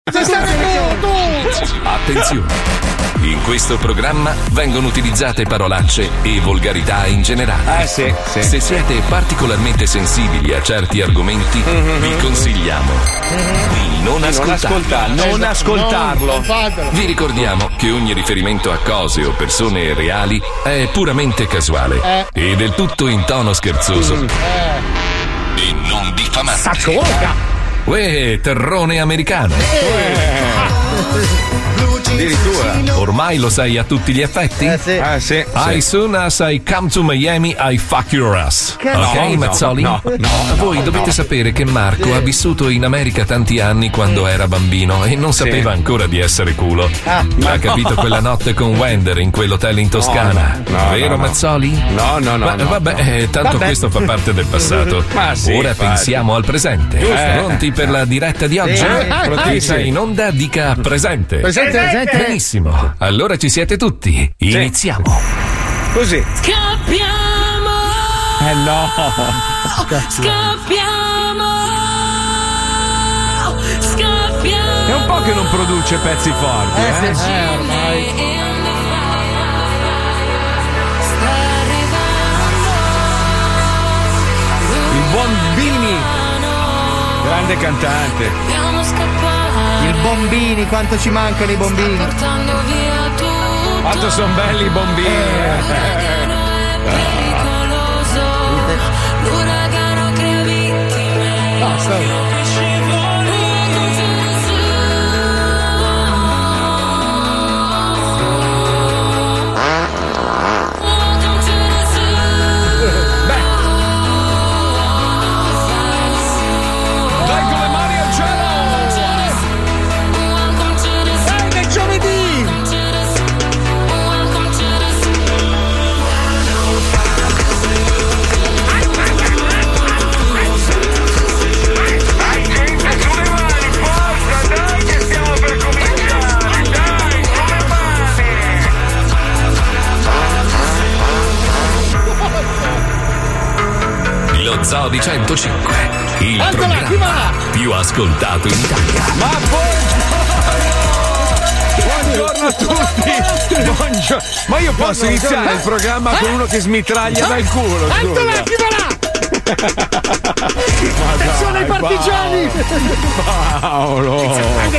Attenzione! In questo programma vengono utilizzate parolacce e volgarità in generale. Sì. Se siete particolarmente sensibili a certi argomenti, vi consigliamo di non ascoltarlo. Vi ricordiamo che ogni riferimento a cose o persone reali è puramente casuale e del tutto in tono scherzoso e non diffamante. Uè, terrone americano. Addirittura. Ormai lo sai a tutti gli effetti? Sì. As soon as I come to Miami, I fuck your ass. Ok, Mazzoli? No. Voi dovete sapere che Marco ha vissuto in America tanti anni quando era bambino e non sapeva ancora di essere culo. L'ha capito quella notte con Wender in quell'hotel in Toscana. Vero, Mazzoli? No. Vabbè, tanto questo fa parte del passato. Ora pensiamo al presente. Pronti per la diretta di oggi? Chi sei in onda dica presente. Presente. Benissimo, allora ci siete tutti. Iniziamo. Così. Scappiamo! No. Scappiamo! È un po' che non produce pezzi forti, ormai. Il Bombini, grande cantante. Dobbiamo scappare. Il Bombini, quanto ci mancano i Bombini. Portando via tutto. Quanto sono belli i Bombini. Pericoloso. L'uragano crea vittime. Basta. Zoo di 105, il programma più ascoltato in Italia. Ma buongiorno a tutti. Buongiorno. Ma io posso iniziare il programma con uno che smitraglia dal culo. Attenzione ai partigiani! Paolo!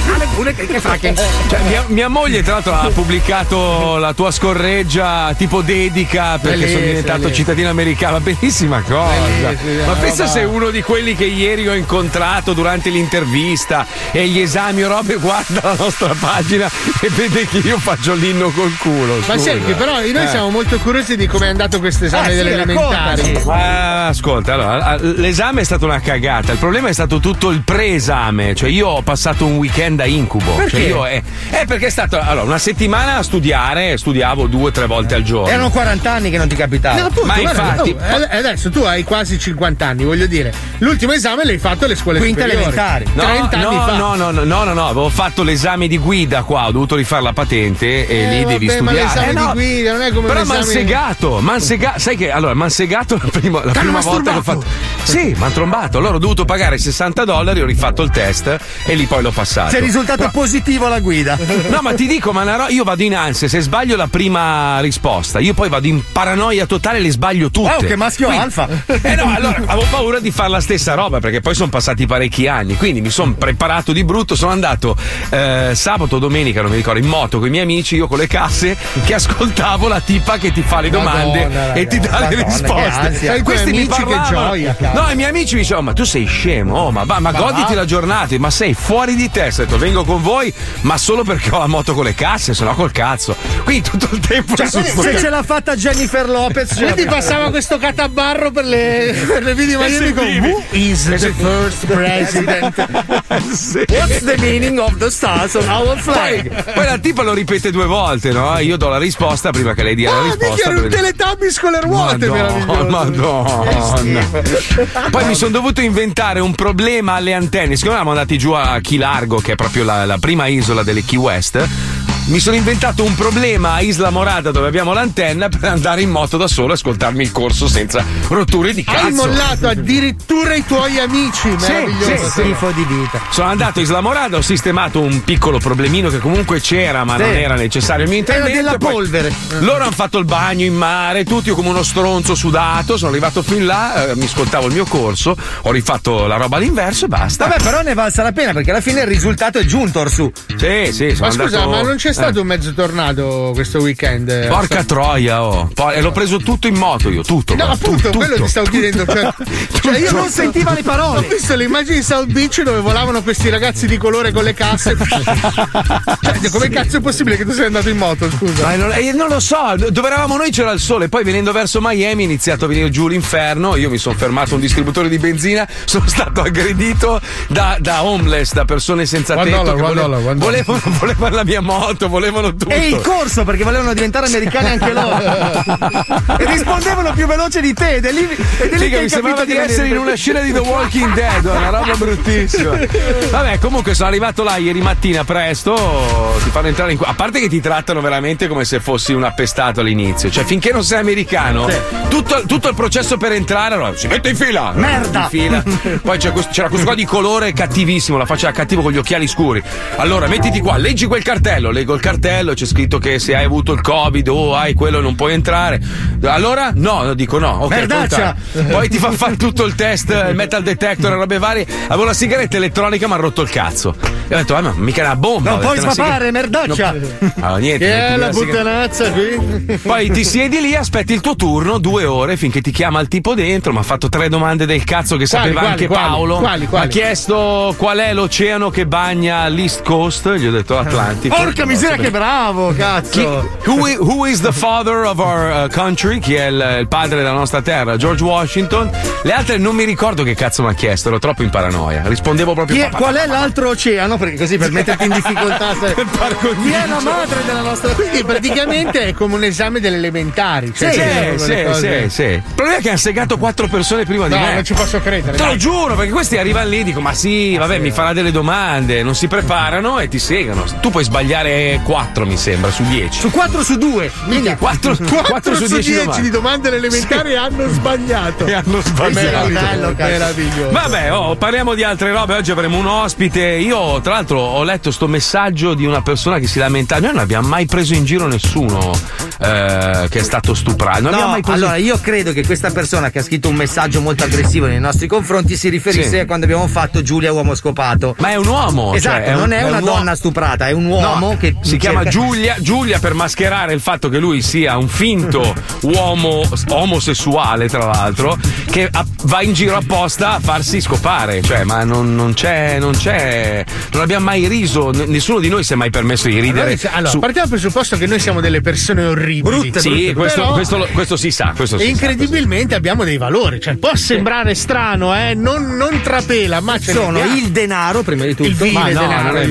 Cioè, mia moglie tra l'altro ha pubblicato la tua scorreggia tipo dedica perché sono diventato cittadino americano. Bellissima cosa! Ma pensa se uno di quelli che ieri ho incontrato durante l'intervista e gli esami o robe guarda la nostra pagina e vede che io faccio l'inno col culo. Ma senti, però noi siamo molto curiosi di come è andato questo esame delle elementari. Ascolta, allora, l'esame è stata una cagata. Il problema è stato tutto il pre-esame. Cioè, io ho passato un weekend a incubo. Perché? Cioè, perché è stato una settimana a studiare, studiavo 2 o 3 volte al giorno. Erano 40 anni che non ti capitava. No, appunto, ma infatti. Adesso tu hai quasi 50 anni, voglio dire. L'ultimo esame l'hai fatto alle scuole superiori. elementari. 30 anni fa. No, avevo fatto l'esame di guida qua, ho dovuto rifare la patente e lì devi studiare. Ma l'esame di guida non è come però l'esame. Sai che allora m'han segato la prima volta che ho fatto. Sì, m'han trombato. Allora ho dovuto pagare $60, ho rifatto il test e lì poi l'ho passato. Sei risultato positivo alla guida. No, ma ti dico, io vado in ansia, se sbaglio la prima risposta, io poi vado in paranoia totale e le sbaglio tutte. Oh, che maschio alfa! No, allora avevo paura di fare la stessa roba perché poi sono passati parecchi anni, quindi mi sono preparato di brutto, sono andato sabato o domenica, non mi ricordo, in moto con i miei amici, io con le casse che ascoltavo la tipa che ti fa le domande e ti dà le risposte. Questi mi parlavano. No, i miei amici mi dicevano: ma tu sei scemo, ma goditi la giornata, ma sei fuori di testa. Ho detto: vengo con voi, ma solo perché ho la moto con le casse, se no col cazzo. Quindi tutto il tempo se ce l'ha fatta Jennifer Lopez, quindi passava questo catabarro per le video Miami con Who is the first president? What's the meaning of the stars on our flag? Poi la tipa lo ripete 2 volte, no? Io do la risposta prima che lei dia la risposta. Era un Teletubbies con le ruote, Madonna. Poi mi sono dovuto inventare un problema alle antenne. Siccome eravamo andati giù a Key Largo, che è proprio la prima isola delle Key West, mi sono inventato un problema a Isla Morada dove abbiamo l'antenna per andare in moto da solo e ascoltarmi il corso senza rotture di cazzo. Hai mollato addirittura i tuoi amici, meraviglioso. Schifo di vita. Sono andato a Isla Morada, ho sistemato un piccolo problemino che comunque c'era, ma non era necessario il mio intervento. Era della polvere. Loro hanno fatto il bagno in mare, tutti, io come uno stronzo sudato, sono arrivato fin là, mi ascoltavo il mio corso, ho rifatto la roba all'inverso e basta. Vabbè, però ne valsa la pena perché alla fine il risultato è giunto, Orsù. Sì, sono Ma andato... scusa, ma non c'è stato un mezzo tornado questo weekend? Porca troia, oh. E l'ho preso tutto in moto io, tutto. No, appunto, quello ti stavo chiedendo. Cioè io non sentivo le parole. Ho visto le immagini di South Beach dove volavano questi ragazzi di colore con le casse. Cioè, come cazzo è possibile che tu sei andato in moto, scusa? Ma non lo so, dove eravamo noi c'era il sole, poi venendo verso Miami è iniziato a venire giù l'inferno, io mi sono fermato a un distributore di benzina, sono stato aggredito da homeless, da persone senza tetto che volevano la mia moto, volevano tutto. E il corso, perché volevano diventare americani anche loro. E rispondevano più veloce di te, ed è lì che mi sembrava di essere in una scena di The Walking Dead, una roba bruttissima. Vabbè, comunque sono arrivato là ieri mattina presto, ti fanno entrare a parte che ti trattano veramente come se fossi un appestato all'inizio, cioè finché non sei americano, tutto il processo per entrare, allora, si mette in fila. Merda! In fila. Poi c'era questo qua di colore cattivissimo, la faccia cattivo con gli occhiali scuri. Allora, mettiti qua, leggi quel cartello, leggo il cartello, c'è scritto che se hai avuto il Covid o hai quello non puoi entrare. Allora? No, dico no. Ok, merdaccia! Poi ti fa fare tutto il test, il metal detector e robe varie. Avevo la sigaretta elettronica, mi ha rotto il cazzo. E ho detto, ma mica una bomba. Non puoi svapare, merdaccia! Allora, niente. Che è la puttanazza qui? Poi ti siedi lì, aspetti il tuo turno 2 ore finché ti chiama il tipo dentro. Mi ha fatto 3 domande del cazzo che sapeva anche Paolo. Quali? Mi ha chiesto qual è l'oceano che bagna l'East Coast. Gli ho detto Atlantico. Porca miseria, che bravo, cazzo! Who is the father of our country? Chi è il padre della nostra terra? George Washington. Le altre non mi ricordo che cazzo mi ha chiesto, ero troppo in paranoia. Rispondevo proprio. Qual è l'altro oceano? Perché così per metterti in difficoltà. Chi è la madre della nostra? Quindi praticamente è come un esame delle elementari. Cioè Sì. Il problema è che hanno segato 4 persone prima di me. No, non ci posso credere. Te lo giuro, perché questi arrivano lì e dico, ma sì, vabbè, mi farà delle domande, non si preparano e ti segano. Tu puoi sbagliare 4, mi sembra, su 10. Su 4 su 2. Quindi 4 su 10 di domande alle elementari hanno sbagliato. E hanno sbagliato. Meraviglioso. Vabbè, parliamo di altre robe. Oggi avremo un ospite. Io, tra l'altro, ho letto sto messaggio di una persona che si lamenta. Noi non abbiamo mai preso in giro nessuno che è stato stuprato. Allora, io credo che questa persona che ha scritto un messaggio molto aggressivo nei nostri confronti si riferisse a quando abbiamo fatto Giulia uomo scopato. Ma è un uomo. Esatto, cioè, non è una donna stuprata, è un uomo che si chiama Giulia per mascherare il fatto che lui sia un finto uomo omosessuale, tra l'altro, che va in giro apposta a farsi scopare. Cioè, ma non abbiamo mai riso, nessuno di noi si è mai permesso di ridere. Allora, partiamo dal presupposto che noi siamo delle persone orribili. Brutte. Sì, questo si sa. E incredibilmente abbiamo dei valori. Cioè, può sembrare strano, non trapela, ma ce sono il denaro, prima di tutto. Il vile denaro, non è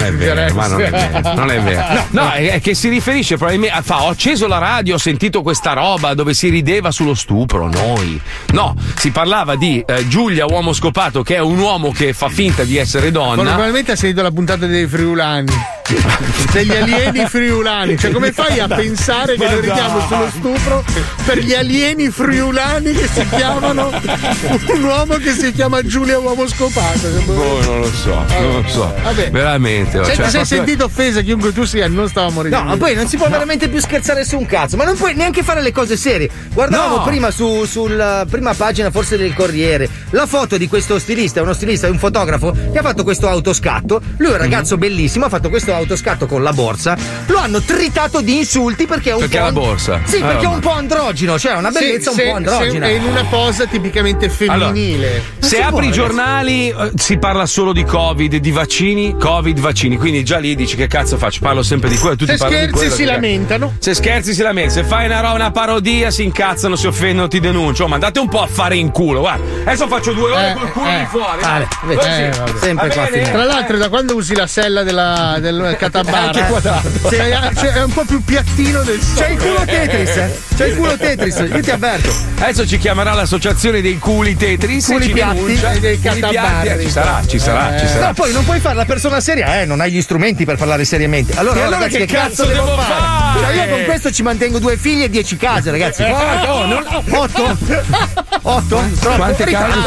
vero. Non è vero. No, è che si riferisce probabilmente ho acceso la radio, ho sentito questa roba dove si rideva sullo stupro. No, si parlava di Giulia uomo scopato, che è un uomo che fa finta di essere donna. Probabilmente ha sentito la puntata dei friulani. Degli alieni friulani. Cioè, come fai a pensare che noi ridiamo sullo stupro per gli alieni friulani che si chiamano un uomo che si chiama Giulia uomo scopato? Non lo so. Vabbè. Veramente. Se ti sei sentito offesa, chiunque tu sia, non stavamo ridendo. No, ma poi non si può veramente più scherzare su un cazzo, ma non puoi neanche fare le cose serie. Guardavamo prima sulla prima pagina forse del Corriere la foto di questo stilista, è un fotografo che ha fatto questo autoscatto. Lui è un ragazzo bellissimo, ha fatto questo autoscatto con la borsa, lo hanno tritato di insulti perché è la borsa? Sì, perché è un po' androgino, cioè una bellezza un po' androgina. È in una posa tipicamente femminile. Allora, se apri i giornali si parla solo di Covid, di vaccini, quindi già lì dici che cazzo faccio? Parlo sempre di quello, tutti parlano di quello. Se scherzi si lamentano. Se scherzi si lamentano, se fai una parodia si incazzano, si offendono, ti denuncio. Ma andate un po' a fare in culo, guarda. Adesso faccio 2 ore col culo di fuori. Sempre qua. Tra l'altro, da quando usi la sella catabarra. Anche quadrato. È un po' più piattino del solito. C'è il culo Tetris, C'è il culo Tetris, io ti avverto. Adesso ci chiamerà l'associazione dei culi Tetris. Culi ci piatti denuncia. e dei Culi catabarri. piatti. Ci sarà. No, poi non puoi fare la persona seria, non hai gli strumenti per parlare seriamente. Allora, E allora ragazzi, che cazzo devo fare? Cioè, io con questo ci mantengo 2 figli e 10 case, ragazzi. 8? Quante case?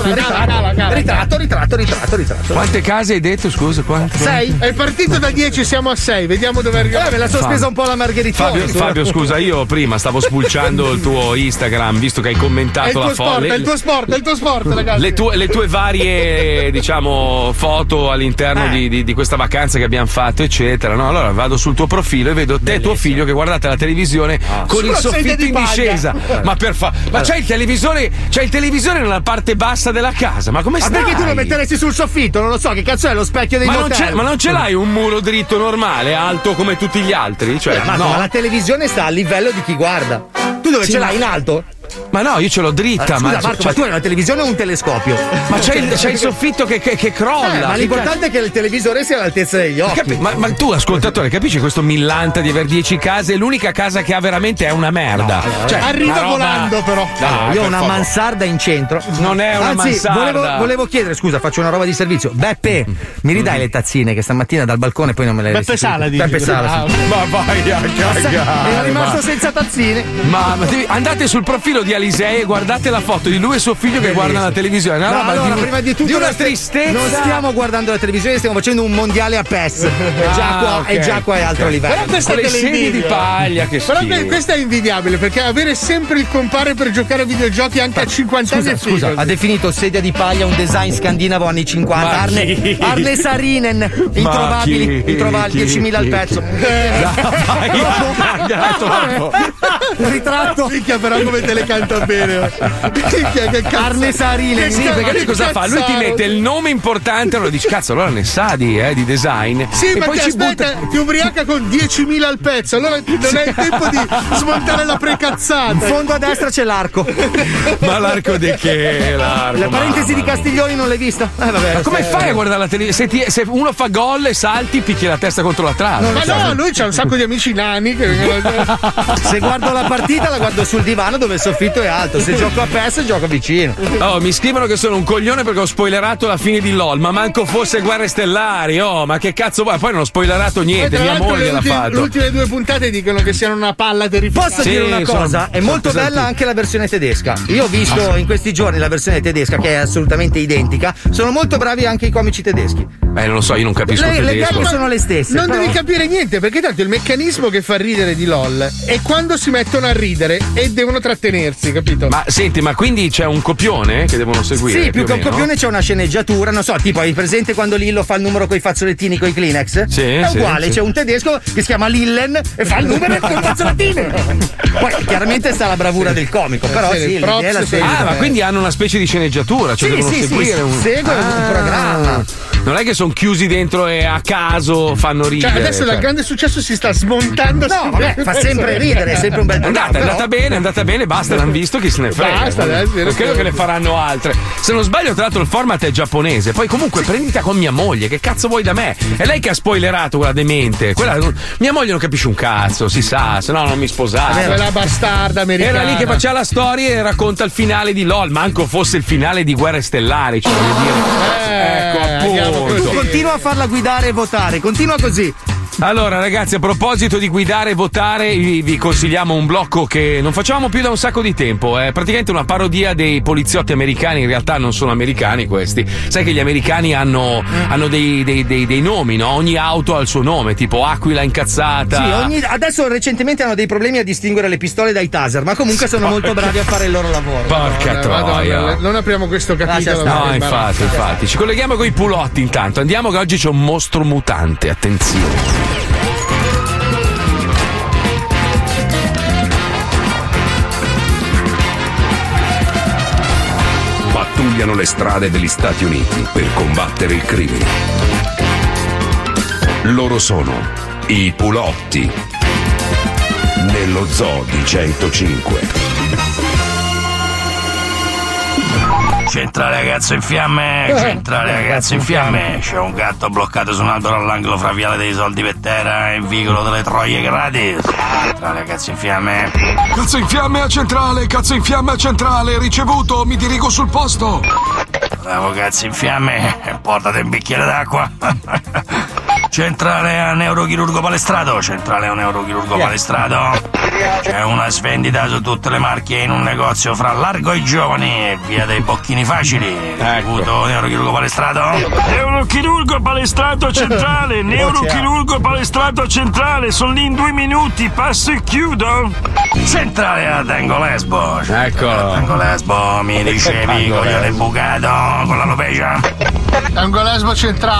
Ritratto. Quante case hai detto, scusa? Quante? 6? È partito da 10, siamo a 6. Vediamo dove arriviamo. Me la sono spesa un po' la Margheritone. Fabio, scusa, io prima stavo spulciando il tuo Instagram, visto che hai commentato la foto. È il tuo sport, ragazzi. Le tue varie, diciamo, foto all'interno di questa vacanza che abbiamo fatto, eccetera. No? Allora vado sul tuo profilo e vedo te e tuo figlio che guardate la televisione con il soffitto in discesa. Ma ma c'hai il televisore nella parte bassa della casa. Ma come stai? Ma perché tu lo metteresti sul soffitto? Non lo so, che cazzo è lo specchio dei motel? Ma non ce l'hai un muro dritto normale, alto come tutti gli altri? Cioè, ma la televisione sta a livello di chi guarda. Tu dove ce l'hai? In alto? Ma no, io ce l'ho dritta. Scusa, Marco, ma tu hai una televisione o un telescopio? Ma c'è il soffitto che crolla. Ma l'importante è che il televisore sia all'altezza degli occhi. Ma tu, ascoltatore, capisci questo millanta di aver 10 case? L'unica casa che ha veramente è una merda. Cioè, arriva volando, però. No, io ho una mansarda in centro. Non è una mansarda. Volevo chiedere, scusa, faccio una roba di servizio. Beppe, mi ridai le tazzine che stamattina dal balcone poi non me le hai Beppe Sala, dici. Beppe Sala, sì. Ma vai a cagare. Era rimasto senza tazzine. Ma andate sul profilo di Alisei e guardate la foto di lui e suo figlio che guardano la televisione. No, allora, prima di tutto di una tristezza. Non stiamo guardando la televisione, stiamo facendo un mondiale a PES. E già qua è altro livello. Però questa con le sedie di paglia che Però questa è invidiabile, perché avere sempre il compare per giocare a videogiochi anche a 50 anni è figo. Scusa, ha definito sedia di paglia un design scandinavo anni 50. Arne Sarinen, introvabili, 10.000 al pezzo. Ritratto. Minchia, però come te le canta bene. Arne Sarinen. Sì, perché lui cosa fa? Lui ti mette il nome importante, allora dici cazzo, allora ne sa di design. Sì, e ma poi ti ubriaca con 10.000 al pezzo, allora non hai il tempo di smontare la precazzata. In fondo a destra c'è l'arco. Ma l'arco di che? La parentesi di Castiglioni non l'hai vista? Vabbè, ma come fai a guardare la televisione? Se uno fa gol e salti, picchi la testa contro la trave. Ma no, lui c'ha un sacco di amici nani che se guardo la partita la guardo sul divano dove il soffitto è alto. Se gioco a PES gioco vicino. Oh, mi scrivono che sono un coglione perché ho spoilerato la fine di LOL, ma manco fosse Guerre Stellari. Oh, ma che cazzo vuoi? Poi non ho spoilerato niente, mia moglie l'ha fatto. Le ultime 2 puntate dicono che siano una palla terrificante. Posso dire una cosa? È molto bella anche la versione tedesca. Io ho visto in questi giorni la versione tedesca che è assolutamente identica. Sono molto bravi anche i comici tedeschi. Non lo so, io non capisco il tedesco. Le tedesco. sono le stesse. Non devi capire niente, perché tanto il meccanismo che fa ridere di LOL è quando si mettono a ridere e devono trattenersi, capito? Ma senti, ma quindi c'è un copione che devono seguire? Sì, più che un copione c'è una sceneggiatura, non so, tipo hai presente quando Lillo fa il numero con i fazzolettini con i Kleenex? Sì, è uguale, c'è un tedesco che si chiama Lillen e fa il numero con i fazzolettini. Poi chiaramente sta la bravura del comico, però sì, l'idea è la stessa. Ma quindi hanno una specie di sceneggiatura, cioè devono seguire segue un programma. Non è che sono chiusi dentro e a caso fanno ridere. Cioè adesso dal grande successo si sta smontando. No, vabbè, fa sempre ridere, è sempre un bel programma. È andata bene, basta, l'hanno visto, chi se ne frega. Basta, non credo che ne faranno altre. Se non sbaglio, tra l'altro il format è giapponese. Poi comunque prendita con mia moglie, che cazzo vuoi da me? È lei che ha spoilerato quella demente. Mia moglie non capisce un cazzo, si sa, se no non mi sposava. Quella bastarda americana. Era lì che faceva la storia e racconta il finale di LOL, manco fosse il finale di Guerre Stellari, cioè voglio dire. Ecco, appunto. Continua a farla guidare e votare, continua così. Allora ragazzi, a proposito di guidare e votare, vi consigliamo un blocco che non facciamo più da un sacco di tempo. È praticamente una parodia dei poliziotti americani. In realtà non sono americani questi. Sai che gli americani hanno dei nomi, no? Ogni auto ha il suo nome, tipo Aquila incazzata. Sì, adesso recentemente hanno dei problemi a distinguere le pistole dai taser, ma comunque sono molto bravi a fare il loro lavoro. Porca troia. Non apriamo questo capitolo. No, infatti. Ci colleghiamo con i pulotti intanto. Andiamo che oggi c'è un mostro mutante. Attenzione. Pattugliano le strade degli Stati Uniti per combattere il crimine. Loro sono i pulotti nello zoo di 105. Centrale cazzo in fiamme, centrale cazzo in fiamme. C'è un gatto bloccato su un albero all'angolo fra Viale dei Soldi per Terra e Vicolo delle Troie gratis. Centrale cazzo in fiamme. Cazzo in fiamme a centrale, cazzo in fiamme a centrale, ricevuto, mi dirigo sul posto. Bravo cazzo in fiamme, portate un bicchiere d'acqua. Centrale a neurochirurgo palestrato, centrale a neurochirurgo palestrato. C'è una svendita su tutte le marche in un negozio fra Largo i Giovani e Via dei Bocchini Facili. Ricevuto neurochirurgo palestrato. Neurochirurgo palestrato centrale, neurochirurgo palestrato centrale, sono lì in 2 minuti, passo e chiudo. Centrale a Tango Lesbo. Ecco. Tango Lesbo, mi dicevi, coglione bucato con l'alopecia. Tango Lesbo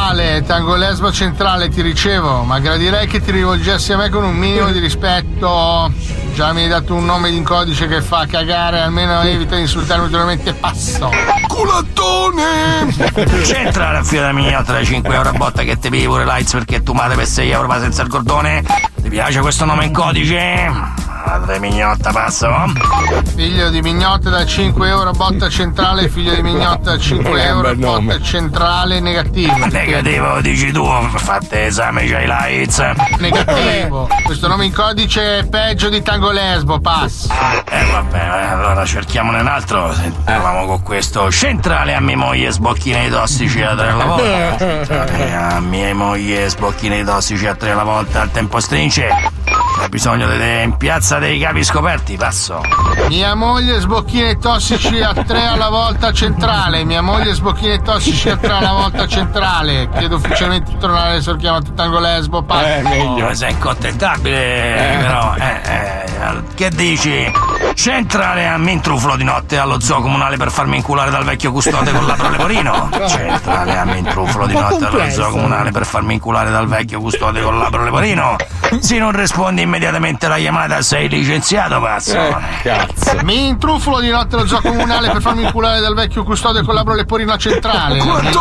centrale, ti ricevo, ma gradirei che ti rivolgessi a me con un minimo di rispetto. Già mi hai dato un nome in codice che fa cagare, almeno evita di insultarmi ulteriormente, passo. Culattone! Centrale a fila da mignotta da 5 euro a botta che ti pigli pure lights perché tu mate per 6 euro ma senza il cordone. Ti piace questo nome in codice? Madre mignotta, passo. Figlio di mignotta da 5 euro a botta centrale, figlio di mignotta da 5 euro a botta centrale, negativo. Negativo, dici tu, fate esame, c'hai lights. Negativo. Questo nome in codice è peggio di Tango Lesbo, passo. Vabbè, allora cerchiamone un altro. Parliamo con questo. Centrale a mia moglie sbocchini tossici a 3 alla volta. Centrale a mia moglie sbocchini tossici a 3 alla volta, al tempo stringe. Ho bisogno di te in piazza dei Capi Scoperti, passo. Mia moglie sbocchini tossici a 3 alla volta centrale. Mia moglie sbocchini tossici a 3 alla volta centrale. Chiedo ufficialmente di tornare se ho chiamato Tango Lesbo, passo. Meglio. Sei incontentabile, però. Che dici? Centrale a me intrufolo di notte allo zoo comunale per farmi inculare dal vecchio custode con l'apro leporino. Centrale a me intrufolo di notte allo zoo comunale per farmi inculare dal vecchio custode con l'apro leporino. Se non rispondi immediatamente alla chiamata sei licenziato, pazzo. Cazzo. Mi intrufolo di notte allo zoo comunale per farmi inculare dal vecchio custode con l'apro leporino a centrale.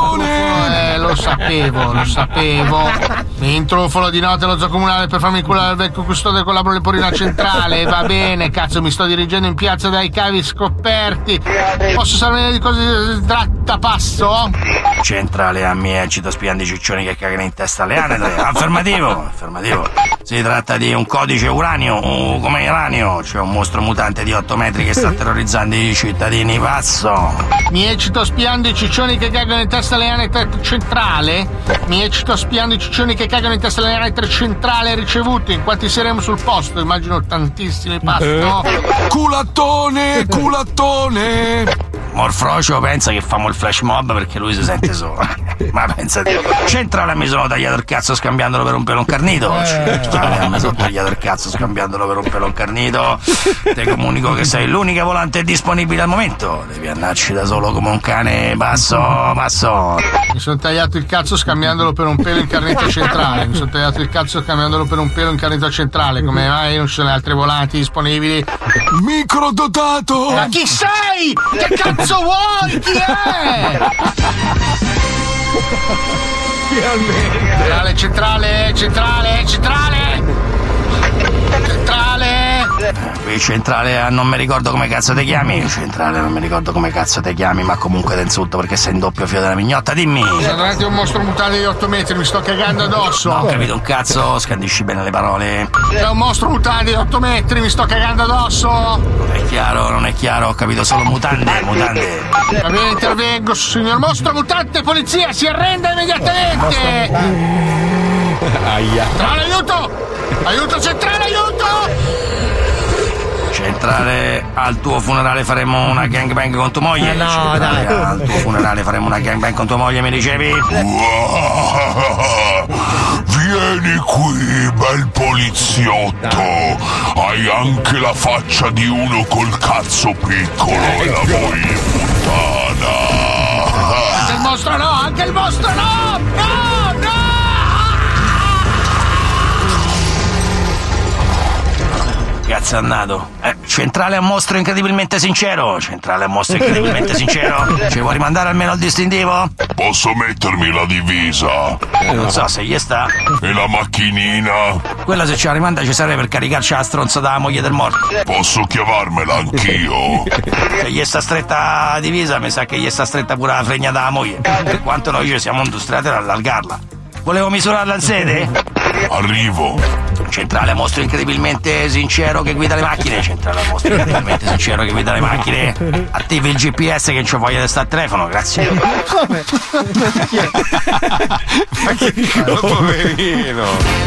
Lo sapevo. Mi intrufolo di notte allo zoo comunale per farmi inculare dal vecchio custode con l'apro leporino a centrale. Va bene, cazzo, mi sto dirigendo in piazza dai Cavi Scoperti. Posso sapere di cosa si tratta, passo? Centrale a me cito spiando i ciccioni che cagano in testa alle anatre. Affermativo. Si tratta di un codice uranio, come uranio. C'è un mostro mutante di 8 metri che sta terrorizzando i cittadini, passo. Mi eccito spiando i ciccioni che cagano in testa alle anatre centrale. Mi eccito spiando i ciccioni che cagano in testa alle anatre centrale ricevuti. In quanti saremo sul posto? Immagino tantissimi, passo. Culattone! Morfrocio pensa che famo il flash mob perché lui si sente solo. Ma pensate, centrale mi sono tagliato il cazzo scambiandolo per un pelon carnito. Centrale mi sono tagliato il cazzo scambiandolo per un pelon carnito. Ti comunico che sei l'unica volante disponibile al momento. Devi andarci da solo come un cane. Passo. Mi sono tagliato il cazzo scambiandolo per un pelo incarnito centrale. Come mai non ci sono altre volanti disponibili? Microdotato! Ma chi sei? Che cazzo vuoi? Chi è? Centrale. Qui centrale non mi ricordo come cazzo ti chiami. Ma comunque ti insulto perché sei in doppio filo della mignotta, dimmi. Sono davanti a un mostro mutante di 8 metri, mi sto cagando addosso. No, ho capito un cazzo, scandisci bene le parole. È un mostro mutante di 8 metri, mi sto cagando addosso. Non è chiaro, ho capito solo mutande. Va bene, intervengo, signor mostro mutante, polizia, si arrenda immediatamente. Aia. Centrale, aiuto, centrale, aiuto. Centrale, al tuo funerale faremo una gangbang con tua moglie. Al tuo funerale faremo una gangbang con tua moglie, mi dicevi? Vieni qui, bel poliziotto. Hai anche la faccia di uno col cazzo piccolo e la moglie puttana. Anche il mostro no! Zannato. Centrale a mostro incredibilmente sincero. Centrale a mostro incredibilmente sincero. Ci vuoi rimandare almeno il distintivo? Posso mettermi la divisa? Non so se gli sta. E la macchinina? Quella se ce la rimanda ci serve per caricarci la stronza della moglie del morto. Posso chiavarmela anch'io? Se gli sta stretta la divisa, mi sa che gli sta stretta pure la fregna della moglie. Per quanto noi ci siamo industriati ad allargarla. Volevo misurarla al sede? Arrivo. Centrale a mostro incredibilmente sincero che guida le macchine. Centrale a mostro incredibilmente sincero che guida le macchine. Attivi il GPS che non c'ho voglia di stare al telefono, grazie. Come? Ma che poverino.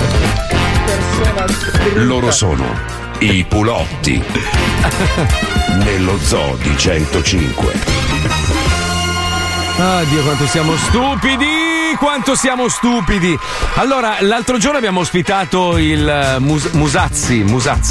Loro sono i Pulotti nello Zoo di 105. Ah, Dio, quanto siamo stupidi! Quanto siamo stupidi! Allora, l'altro giorno abbiamo ospitato il Musazzi,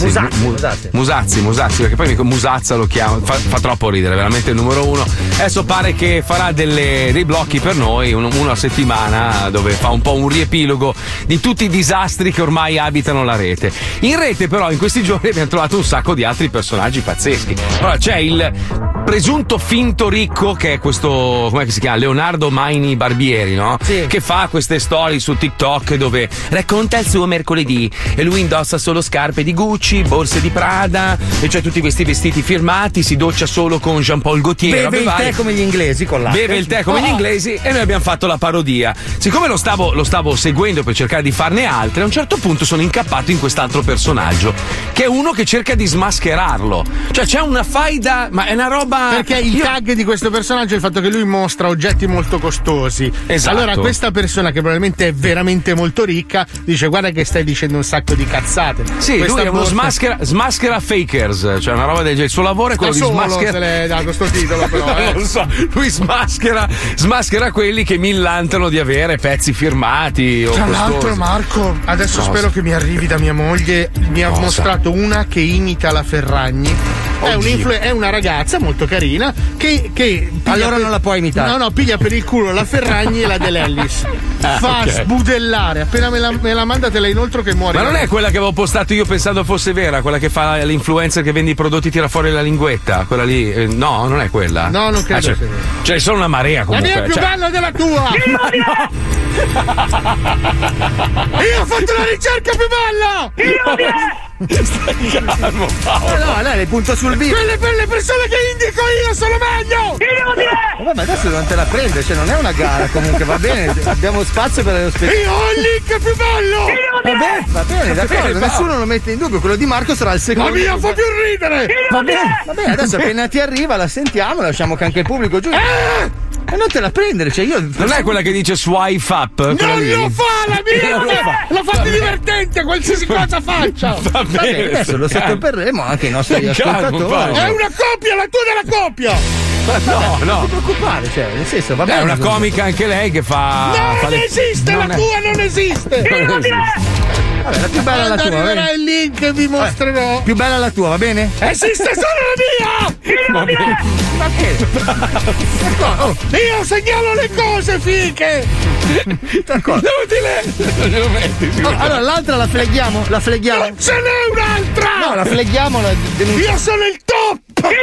perché poi Musazza lo chiama, fa troppo ridere, veramente il numero uno. Adesso pare che farà dei blocchi per noi, uno a settimana, dove fa un po' un riepilogo di tutti i disastri che ormai abitano la rete. In rete, però, in questi giorni abbiamo trovato un sacco di altri personaggi pazzeschi. Allora, c'è il presunto finto ricco, che è questo, com'è che si chiama? Leonardo Maini Barbieri, no? Sì. Che fa queste storie su TikTok dove racconta il suo mercoledì e lui indossa solo scarpe di Gucci, borse di Prada, e c'è tutti questi vestiti firmati, si doccia solo con Jean Paul Gaultier. Beve il tè come gli inglesi con l'acqua. Beve il tè come gli inglesi e noi abbiamo fatto la parodia. Siccome lo stavo seguendo per cercare di farne altre, a un certo punto sono incappato in quest'altro personaggio, che è uno che cerca di smascherarlo. Cioè c'è una faida, ma è una roba... Perché il tag di questo personaggio è il fatto che lui mostra oggetti molto costosi. Esatto. Allora questa persona, che probabilmente è veramente molto ricca, dice: guarda che stai dicendo un sacco di cazzate. Sì, questa lui è uno smaschera fakers, cioè una roba del genere. Il suo lavoro è quello di smascherare. Se l'è dato sto titolo, però. Non lo so, lui smaschera quelli che millantano di avere pezzi firmati o Tra costosi. l'altro, Marco, adesso spero che mi arrivi da mia moglie. Mi ha mostrato una che imita la Ferragni. È una ragazza molto carina che allora non la puoi imitare. No, piglia per il culo la Ferragni e la Dell'Ellis. Fa sbudellare. Appena me la manda, te la inoltro che muore. Ma non è quella che avevo postato io pensando fosse vera, quella che fa l'influencer che vende i prodotti, tira fuori la linguetta, quella lì. No, non è quella. No, non credo. C'è solo una marea comunque. La mia è più bella della tua. Io ho fatto la ricerca più bella. Stai calmo, Paolo. No, lei le punta sul vivo. Quelle per le persone che indico io sono meglio. Vabbè, ma adesso non te la prende, cioè non è una gara comunque, va bene, abbiamo spazio per lo spettacolo. Io ho il link più bello. Va bene, d'accordo, nessuno lo mette in dubbio, quello di Marco sarà il secondo. La mia fa più ridere. Va bene, adesso appena ti arriva la sentiamo, lasciamo che anche il pubblico giù. E non te la prendere, cioè io. Non è quella che dice swipe up? Non lo fa la mia! L'ho fatto divertente, qualsiasi cosa faccia! Va bene, adesso lo sottoporremo anche ai nostri ascoltatori. È una coppia, la tua della coppia! No. Non ti preoccupare, cioè, nel senso, va bene. È una comica anche lei che fa. Non esiste, la tua non esiste! Vabbè, la più bella è la tua. Arriverà il link e vi mostrerò. Più bella la tua, va bene? Esiste solo la mia! Va bene. Io segnalo le cose, fiche! D'accordo. Inutile! Allora, l'altra la fleghiamo? La fleghiamo? Non ce n'è un'altra! No, la fleghiamo, la denunciamo. Io sono il top!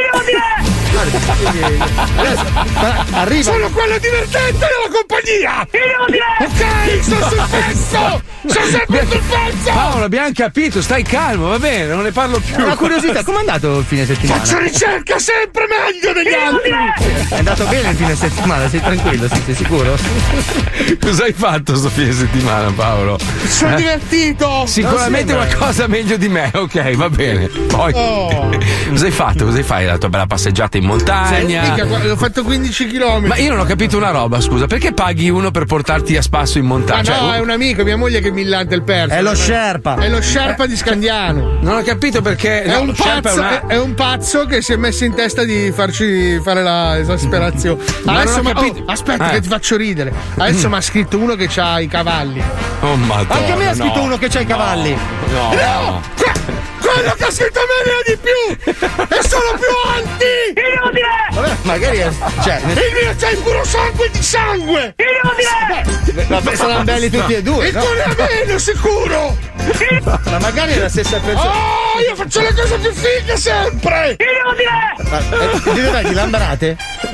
Arriva. Sono quello divertente della compagnia! Ok, sono sul pezzo! Sono sempre sul pezzo! Paolo, abbiamo capito, stai calmo, va bene, non ne parlo più. Una curiosità, com'è andato il fine settimana? Faccio ricerca sempre meglio degli altri! È andato bene il fine settimana, sei tranquillo, sei sicuro? Cosa hai fatto sto fine settimana, Paolo? Sono divertito! Sicuramente qualcosa meglio di me, ok, va bene. Poi cosa hai fatto? Cosa fai? La tua bella passeggiata in montagna? Ho fatto 15 km. Ma io non ho capito una roba, scusa, perché paghi uno per portarti a spasso in montagna? Ma no, è un amico, mia moglie che millanta il perso. È lo Sherpa. È lo Sherpa di Scandiano. Non ho capito perché. È un pazzo che si è messo in testa di farci fare la esasperazione. Adesso aspetta che ti faccio ridere. Adesso mi ha scritto uno che c'ha i cavalli. Oh madonna. Anche a me ha scritto uno che c'ha i cavalli. No. Quello che ha scritto a me ne ha di più! E sono più alti! Vabbè, magari cioè, il mio c'è il puro sangue di sangue! Vabbè, saranno belli tutti e due. Il no? tuo ne ha meno, sicuro! Ma magari è la stessa persona. Oh, io faccio le cose più fighe sempre! Dove di Lambrate?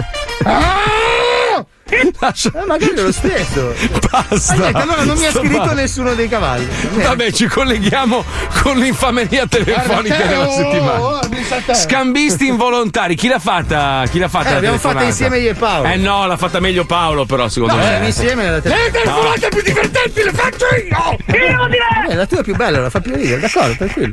Magari è lo stesso. Basta. Allora non mi ha scritto nessuno dei cavalli. Vabbè, ci colleghiamo con l'infameria telefonica della settimana. Scambisti involontari. Chi l'ha fatta? L'abbiamo fatta insieme io e Paolo. No, l'ha fatta meglio Paolo, però, secondo me. Insieme nella Le telefonate più divertenti le faccio io! la tua è più bella, la fa più ridere, d'accordo, tranquillo.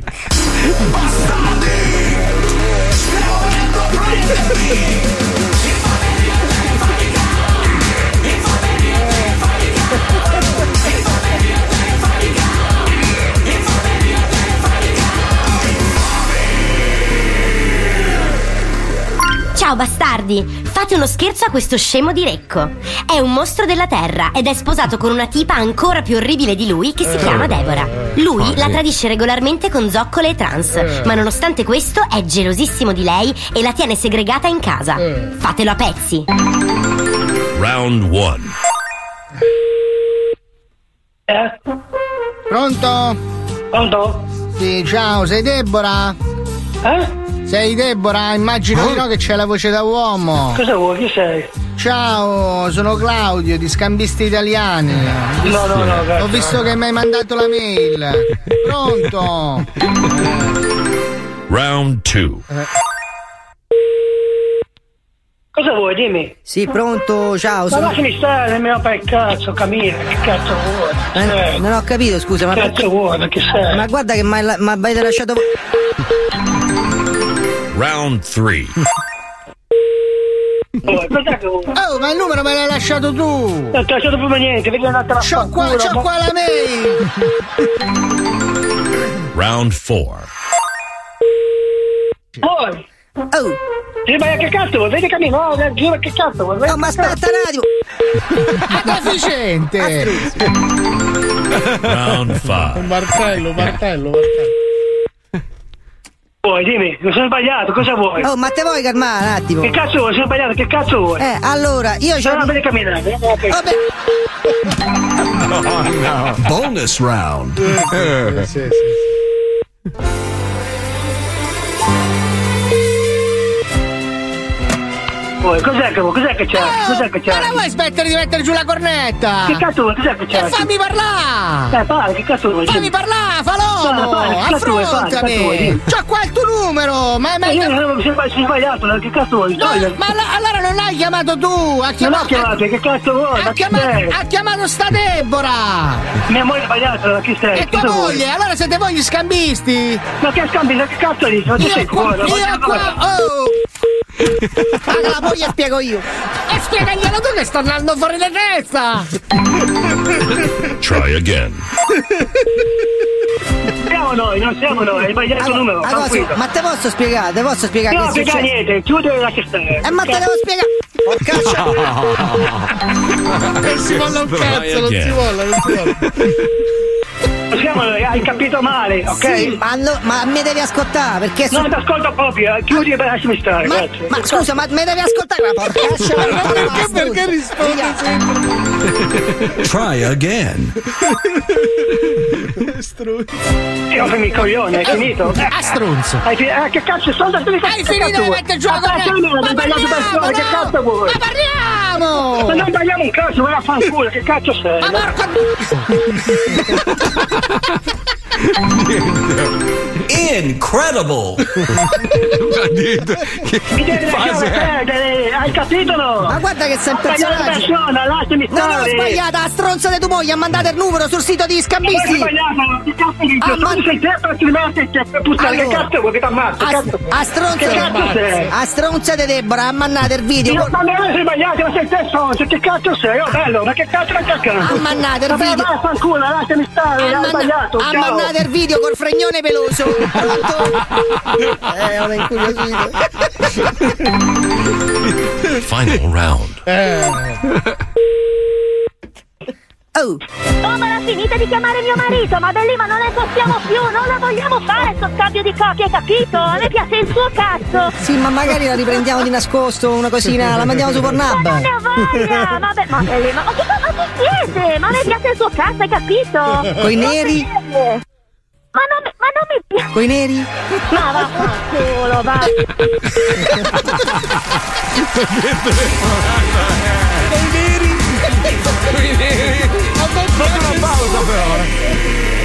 Ciao bastardi, fate uno scherzo a questo scemo di Recco. È un mostro della terra ed è sposato con una tipa ancora più orribile di lui che si chiama Deborah. Lui la tradisce regolarmente con zoccole e trans, ma nonostante questo è gelosissimo di lei e la tiene segregata in casa. Fatelo a pezzi. Round 1. Pronto? Pronto? Sì, ciao, sei Deborah? Sei Deborah? Immagino di no, che c'è la voce da uomo. Cosa vuoi? Chi sei? Ciao, sono Claudio di Scambisti Italiani. No, Ho visto che mi hai mandato la mail. Pronto? Round 2. Cosa vuoi? Dimmi. Sì, pronto, ciao. Ma lasciami stare, nemmeno per il cazzo, cammina, che cazzo vuoi? Non ho capito, scusa, ma che cazzo vuoi? Perché sei? Ma guarda che mi avete lasciato. Round 3. Cos'è che vuoi? Oh, ma il numero me l'hai lasciato tu! Non ti ho lasciato proprio niente, vedi andare a C'ho qua la mail! Round 4. Poi! Oh! Sì, ma che cazzo vuoi? Vedi cammino, no, giuro che cazzo vuoi? No, ma aspetta un attimo! È deficiente! Round 5. Martello. Vuoi, dimmi, mi sono sbagliato, cosa vuoi? Oh, ma te vuoi calmare un attimo? Che cazzo vuoi? Sono sbagliato, che cazzo vuoi? Allora, io c'ho. Non vedi camminare, No. Bonus round. Sì. Cos'è che c'è? Cos'è che c'è? Ma non vuoi smettere di mettere giù la cornetta? Che cazzo vuoi? Cos'è che c'è? Fammi parlare! Parla, che cazzo vuoi? Fammi parlare, Falomo! Affrontami! C'ho qua il tuo numero! Ma io non mi sono sbagliato, che cazzo vuoi? No, ma allora non l'hai chiamato tu! Non ho chiamato, che cazzo vuoi? Ha chiamato sta Deborah! Mia moglie è sbagliata, chi sei? E tua moglie? Allora siete voi gli scambisti? Ma che scambisti? Che cazzo dici? Ma tu sei fuori? Io qua! Oh! Paga la moglie e spiego io. E spiegaglielo tu che sto andando fuori di testa. Try again. Siamo noi, non siamo noi, hai sbagliato il numero. Ma te posso spiegare? No, spiega niente, chiudi e lascia stare. Ma te devo spiegare. Non si molla un cazzo, non si molla. Siamo noi, hai capito male, ok? Sì, ma mi devi ascoltare perché. Non ti ascolto proprio, chiudi e lasciami stare, grazie. Ma scusa, ma mi devi ascoltare, ma perché rispondi sempre? Try again. Ti rompimi il coglione, hai finito? Stronzo. Che cazzo sono andato di cazzo? Hai finito di mettere giù la cornetta? Ma parliamo! Che cazzo vuoi? Ma parliamo! Ma non parliamo un cazzo, vai a fanculo, che cazzo sei? Ma porca. Incredible! Mi devi lasciare perdere, hai capito no? Ma guarda che sei un personaggio. Persona, lasciami stare. No, sbagliata, la stronza di tua moglie ha mandato il numero sul sito di Scambisti. Ma sbagliato, che cazzo dici? Tu sei te per ti metti te, puttana, che cazzo vuoi che ti ammazzo? A stronza di Deborah, ha mandato il video. Ma non sei sbagliato, ma sei te stronzo, che cazzo sei? Oh bello, ma che cazzo mi attaccando? Ha mandato il video. Ma fanculo, lasciami stare, hai sbagliato. Ha mandato il video col fregnone peloso. Pronto? Ora incuriosito. Final round. Oh, ma la finite di chiamare mio marito, ma Bellima non ne possiamo più, non la vogliamo fare sto scambio di coppie, capito? A me piace il suo cazzo. Sì, ma magari la riprendiamo di nascosto, una cosina, la mandiamo su Pornhub. Ma non ne ho voglia, vabbè, ma Bellima, ma chi siete? Ma a me piace il suo cazzo, hai capito? Coi neri? Ma non mi piace. Coi neri? Ma va solo, va. Coi neri? Coi neri? Fate una pausa però.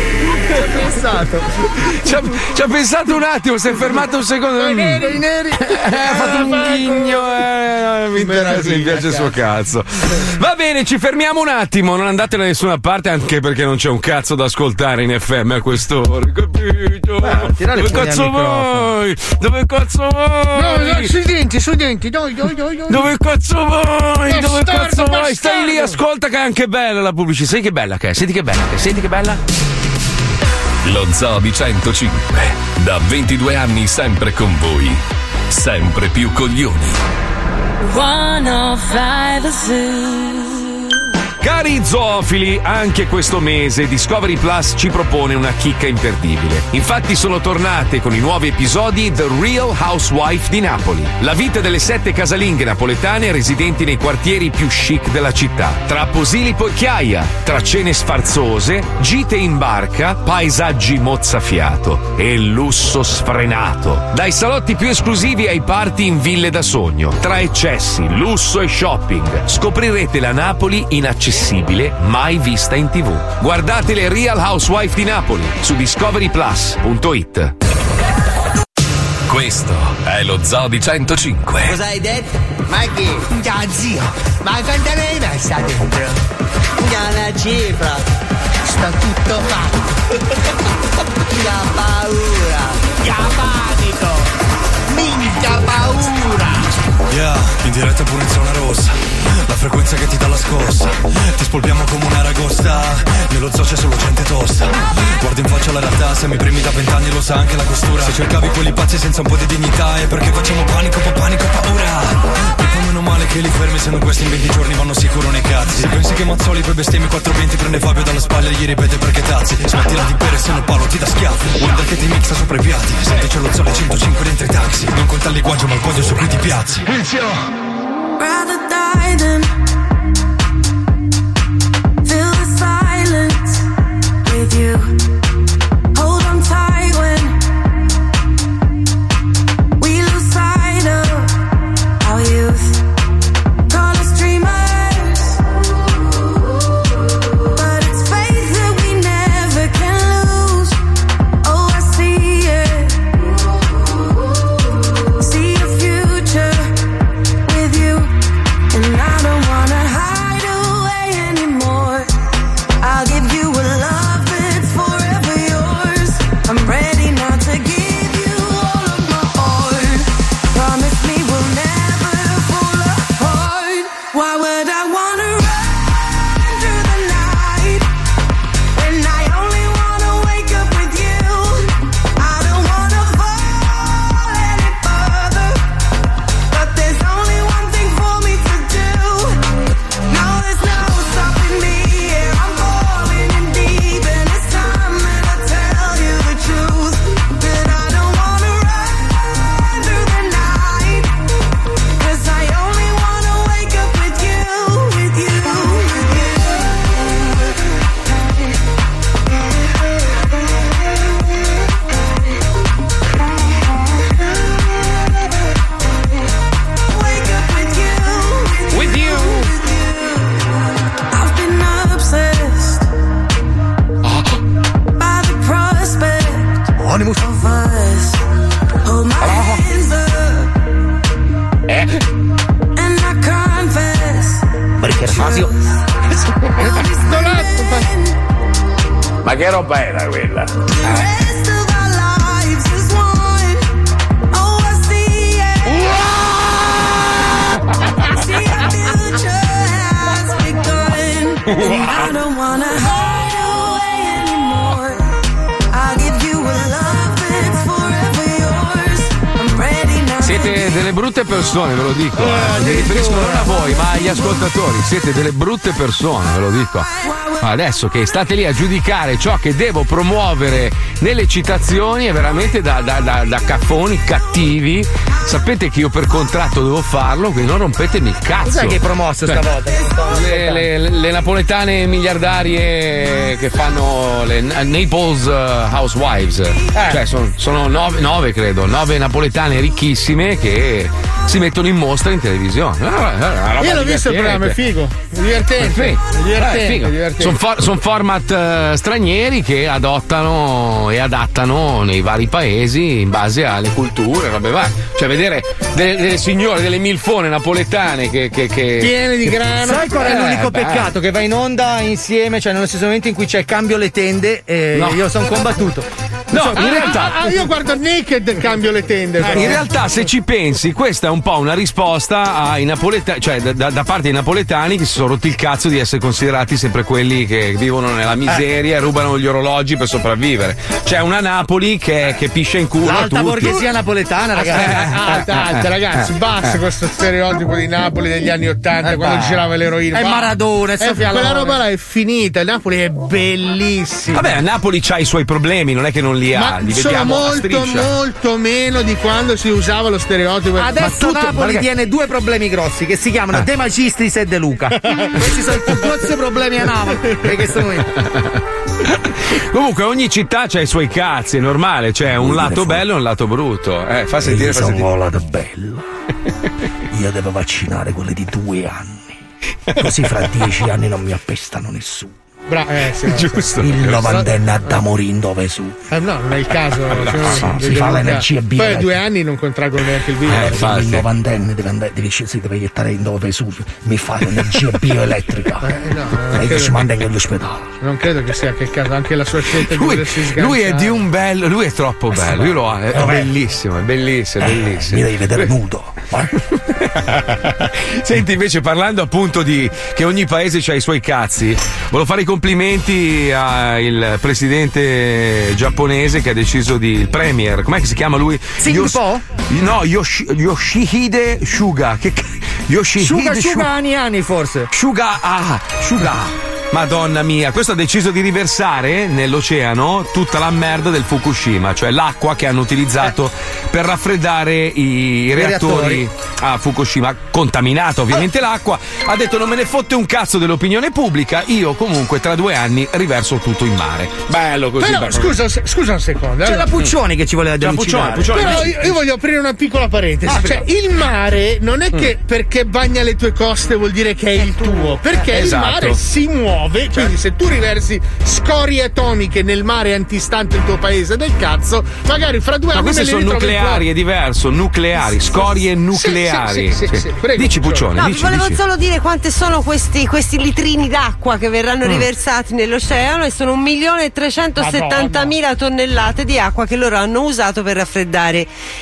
Ci ha pensato un attimo, si è fermato un secondo. Coi neri. Ha fatto un ghigno. Mi piace il suo cazzo. Va bene, ci fermiamo un attimo. Non andate da nessuna parte, anche perché non c'è un cazzo da ascoltare in FM a quest'ora. Capito? Dove cazzo vuoi? Dove cazzo vuoi? No, sui denti, dai. Dove cazzo vuoi? Dove cazzo vuoi? Stai lì, ascolta che è anche bella la pubblicità. Senti che bella che è, senti che bella. Lo Zoo di 105, da 22 anni sempre con voi, sempre più coglioni. 105 Zoo. Cari zoofili, anche questo mese Discovery Plus ci propone una chicca imperdibile. Infatti sono tornate con i nuovi episodi The Real Housewife di Napoli. La vita delle 7 casalinghe napoletane residenti nei quartieri più chic della città. Tra Posilipo e Chiaia, tra cene sfarzose, gite in barca, paesaggi mozzafiato e lusso sfrenato. Dai salotti più esclusivi ai party in ville da sogno. Tra eccessi, lusso e shopping. Scoprirete la Napoli inaccessibile mai vista in TV. Guardate le Real Housewife di Napoli su discoveryplus.it. Questo è lo Zoo di 105. Cosa hai detto? Ma chi? Già zio, ma quanta ne hai messa dentro? Già una cifra. Sta tutto fatto. Già paura. Già panico. Minchia paura. In diretta pure in zona rossa. La frequenza che ti dà la scossa. Ti spolpiamo come un'aragosta. Nello zoo c'è solo gente tosta. Guardi in faccia la realtà. Se mi premi da 20 anni lo sa anche la costura. Se cercavi quelli pazzi senza un po' di dignità. È perché facciamo panico, paura. E poi meno male che li fermi. Se non questi in 20 giorni vanno sicuro nei cazzi. Se pensi che Mazzoli poi bestemmi 420. Prende Fabio dalla spalla e gli ripete perché tazzi. Smettila di bere se non Paolo ti dà schiaffi. Wonder che ti mixa sopra i piatti. Senti c'è lo zoo 105 dentro i taxi. Non conta il linguaggio ma il podio su cui ti piazzi. Rather die than feel the silence with you. Hold on tight when we lose sight of our youth. Call us dreamers, but it's faith that we never can lose. Oh, I see it. See a future with you, and I don't wanna hide away anymore. I'll give you a love that's forever yours. I'm ready now to give you all of my heart. Promise me we'll never fall apart. Why would I wanna run through the night when I only wanna wake up with you? I don't wanna fall any further, but there's only one thing for me to do. No, there's no stopping me. Yeah, I'm falling in deep, and it's time that I tell you the truth. That I don't wanna run through the night, 'cause I only wanna wake up with you, with you, with you. Wake up with you, I've been obsessed by the prospect of us. Hold my hands up and I confess. Ma che roba era quella? The rest of our lives is one. Oh, I see it. See our future has begun. And I don't wanna hide away anymore. I'll give you a love that's forever yours. I'm ready now. Siete delle brutte persone, ve lo dico. Mi riferisco non a voi, ma agli ascoltatori. Siete delle brutte persone, ve lo dico. Adesso che state lì a giudicare ciò che devo promuovere nelle citazioni è veramente da caffoni cattivi. Sapete che io per contratto devo farlo, quindi non rompetemi il cazzo. Cos'è che hai promosso stavolta? Le napoletane miliardarie che fanno le Naples Housewives. Cioè sono nove credo, 9 napoletane ricchissime che si mettono in mostra in televisione. Io l'ho visto il programma, è figo, è divertente. Sono format stranieri che adottano e adattano nei vari paesi in base alle culture, robe varie. Cioè vedere delle signore, delle milfone napoletane che piene di grano. Sai qual è l'unico peccato? Che va in onda insieme, cioè nello stesso momento in cui c'è cambio le tende e io sono combattuto. No, in realtà io guardo Naked e cambio le tende. In realtà, se ci pensi, questa è un po' una risposta ai napoletani, cioè da parte dei napoletani che si sono rotti il cazzo di essere considerati sempre quelli che vivono nella miseria e rubano gli orologi per sopravvivere. C'è una Napoli che piscia in culo. L'alta borghesia napoletana, ragazzi. Alta, ragazzi, basta questo stereotipo di Napoli degli anni '80 quando girava l'eroina. È Maradona, quella roba là è finita. Napoli è bellissima. Vabbè, a Napoli c'ha i suoi problemi, non è che non li ha. Ma li sono vediamo molto meno di quando si usava lo stereotipo. Adesso Napoli tiene 2 problemi grossi che si chiamano De Magistris e De Luca. Questi sono i più grossi problemi a Napoli in questo momento. Comunque ogni città ha i suoi cazzi, è normale, c'è un lato bello e un lato brutto. Fa sentire. Sono un lato bello. Io devo vaccinare quelle di 2 anni. Così fra 10 anni non mi appestano nessuno. Giusto. Il novantenne ha da morire dove su. No, non è il caso. Si fa l'energia bioelettrica. Poi a 2 anni non contraggono neanche il virus. Il novantenne deve gettare in dove su. Mi fa l'energia bioelettrica. E che ci manda in ospedale. Non credo che sia che caso, anche la sua scelta di volersi sganciare. Lui è di un bello, lui è troppo bello. Io lo è bellissimo, è bellissimo. Mi devi vedere nudo. Senti, invece, parlando appunto di che ogni paese ha i suoi cazzi, volevo fare i complimenti al presidente giapponese che ha deciso il premier, com'è che si chiama lui? Yoshihide Suga. Suga Ani forse. Suga. Madonna mia, questo ha deciso di riversare nell'oceano tutta la merda del Fukushima, cioè l'acqua che hanno utilizzato per raffreddare i reattori a Fukushima, contaminata ovviamente l'acqua. Ha detto non me ne fotte un cazzo dell'opinione pubblica, io comunque tra 2 anni riverso tutto in mare. Bello così. Però scusa un secondo. C'è la Puccioni che ci voleva delucidare. Però io voglio aprire una piccola parentesi. Cioè il mare non è che perché bagna le tue coste vuol dire che è il tuo, perché il mare si muove. Quindi se tu riversi scorie atomiche nel mare antistante il tuo paese del cazzo, magari fra 2 anni queste sono nucleari, è diverso, nucleari, scorie nucleari. Prego, dici Puccioni, no, dici. Volevo solo dire quante sono questi litrini d'acqua che verranno riversati nell'oceano, e sono 1.370.000 tonnellate di acqua che loro hanno usato per raffreddare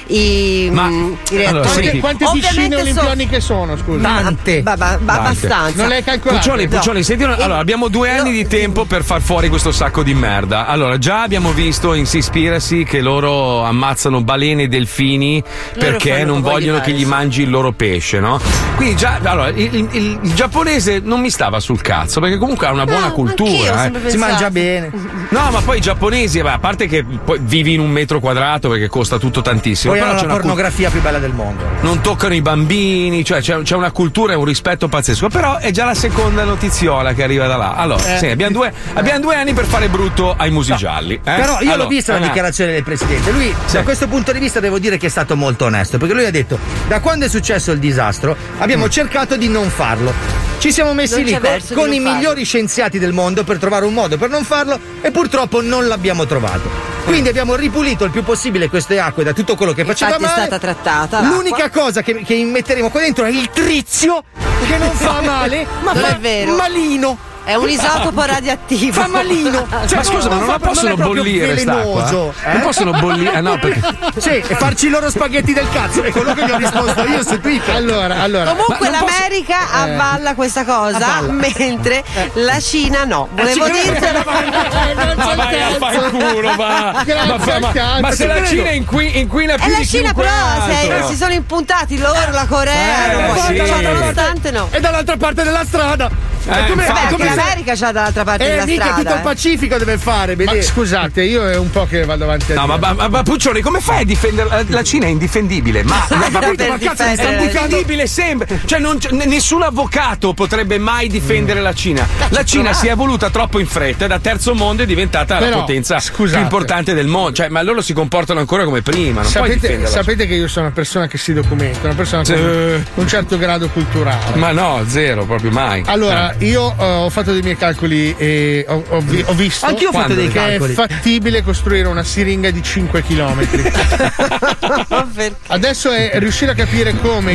i reattori. Allora, quante piscine olimpioniche sono? Scusa. Tante. Abbastanza. Non le hai calcolate? Puccioni, senti, allora abbiamo 2 anni di tempo per far fuori questo sacco di merda. Allora, già abbiamo visto in Seaspiracy che loro ammazzano balene e delfini perché non vogliono che gli mangi il loro pesce, no? Quindi già, allora, il giapponese non mi stava sul cazzo, perché comunque ha una buona cultura, si mangia bene. No, ma poi i giapponesi, a parte che poi vivi in 1 metro quadrato perché costa tutto tantissimo. Poi però hanno c'è la pornografia più bella del mondo. Non toccano i bambini, cioè c'è una cultura e un rispetto pazzesco. Però è già la seconda notiziola che arriva da là. Allora, abbiamo 2 anni per fare brutto ai musi gialli. Però io l'ho vista la dichiarazione del presidente. Lui, da questo punto di vista, devo dire che è stato molto onesto, perché lui ha detto: da quando è successo il disastro abbiamo cercato di non farlo. Ci siamo messi lì con i migliori scienziati del mondo per trovare un modo per non farlo, e purtroppo non l'abbiamo trovato. Quindi abbiamo ripulito il più possibile queste acque da tutto quello che faceva male. È stata trattata l'unica cosa che metteremo qua dentro è il trizio, che non fa male, ma fa malino. È un isotopo radioattivo. Fa malino. Cioè, ma scusa, ma non la possono bollire st'acqua? Non possono bollire. No, perché. Sì, e farci i loro spaghetti del cazzo. È quello che gli ho risposto io su Twitter. Allora. Comunque l'America avvalla questa cosa, mentre la Cina no. Volevo dirtelo. Ma vai a fare culo, va. Ma se la Cina inquina più la di Cina però si sono impuntati loro, la Corea, nonostante no. E dall'altra parte della strada Come l'America c'ha dall'altra parte della mica strada. tutto il Pacifico deve fare, Ma scusate, io è un po' che vado avanti a No, ma Puccioni, come fai a difendere? La Cina è indifendibile, ma è indifendibile sempre. Cioè, nessun avvocato potrebbe mai difendere la Cina. La Cina si è evoluta troppo in fretta e da terzo mondo è diventata la potenza più importante del mondo. Cioè, ma loro si comportano ancora come prima. Non puoi difenderla. Sapete che io sono una persona che si documenta, una persona con un certo grado culturale. Ma no, zero, proprio mai. Allora, io ho fatto dei miei calcoli e ho visto anch'io ho fatto dei calcoli. Che è fattibile costruire una siringa di 5 km. Adesso è riuscire a capire come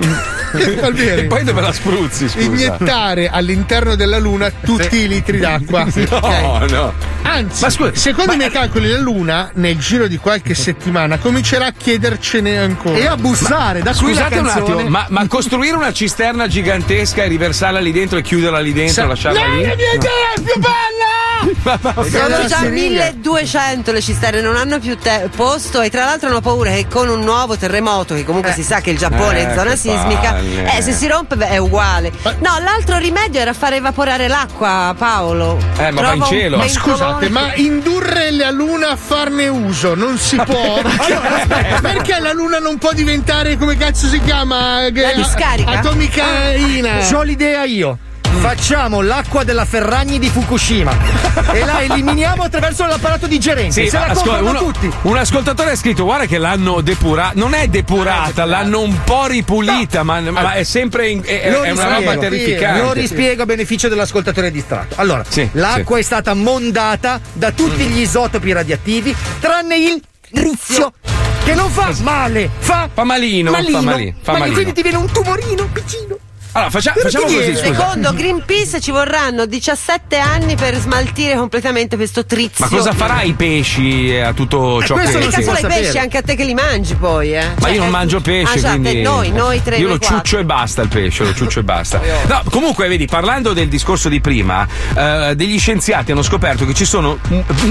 e poi dove la spruzzi, scusa? Iniettare all'interno della Luna tutti i litri d'acqua. No. Anzi, secondo i miei calcoli, la Luna nel giro di qualche settimana comincerà a chiedercene ancora e a bussare. Scusate un attimo, ma costruire una cisterna gigantesca e riversarla lì dentro e chiuderla lì dentro, lasciarla lì? La mia idea è più bella! Sono già 1200 le cisterne, non hanno più posto e tra l'altro hanno paura che con un nuovo terremoto, che comunque si sa che il Giappone è in zona sismica, se si rompe è uguale. No, l'altro rimedio era fare evaporare l'acqua, Paolo. Ma va in cielo. Ma scusate, ma indurre la Luna a farne uso non si può? Perché la Luna non può diventare, come cazzo si chiama? La discarica? Atomicaina. C'ho l'idea io. Facciamo l'acqua della Ferragni di Fukushima e la eliminiamo attraverso l'apparato digerente. Sì, se la comprano tutti. Un ascoltatore ha scritto: guarda che l'hanno depurata. Non è depurata, l'hanno un po' ripulita, ma è sempre è una roba terrificante. Lo rispiego a beneficio dell'ascoltatore distratto. Allora, l'acqua è stata mondata da tutti gli isotopi radioattivi, tranne il rizio. Che non fa male, fa malino. Quindi ti viene un tumorino piccino. Allora, facciamo così. Secondo Greenpeace ci vorranno 17 anni per smaltire completamente questo trizio. Ma cosa farà i pesci a tutto ciò che mica solo i pesci, anche a te che li mangi poi, Ma io non mangio pesce, quindi noi tre. Io lo ciuccio e basta il pesce, lo ciuccio e basta. No, comunque vedi, parlando del discorso di prima, degli scienziati hanno scoperto che ci sono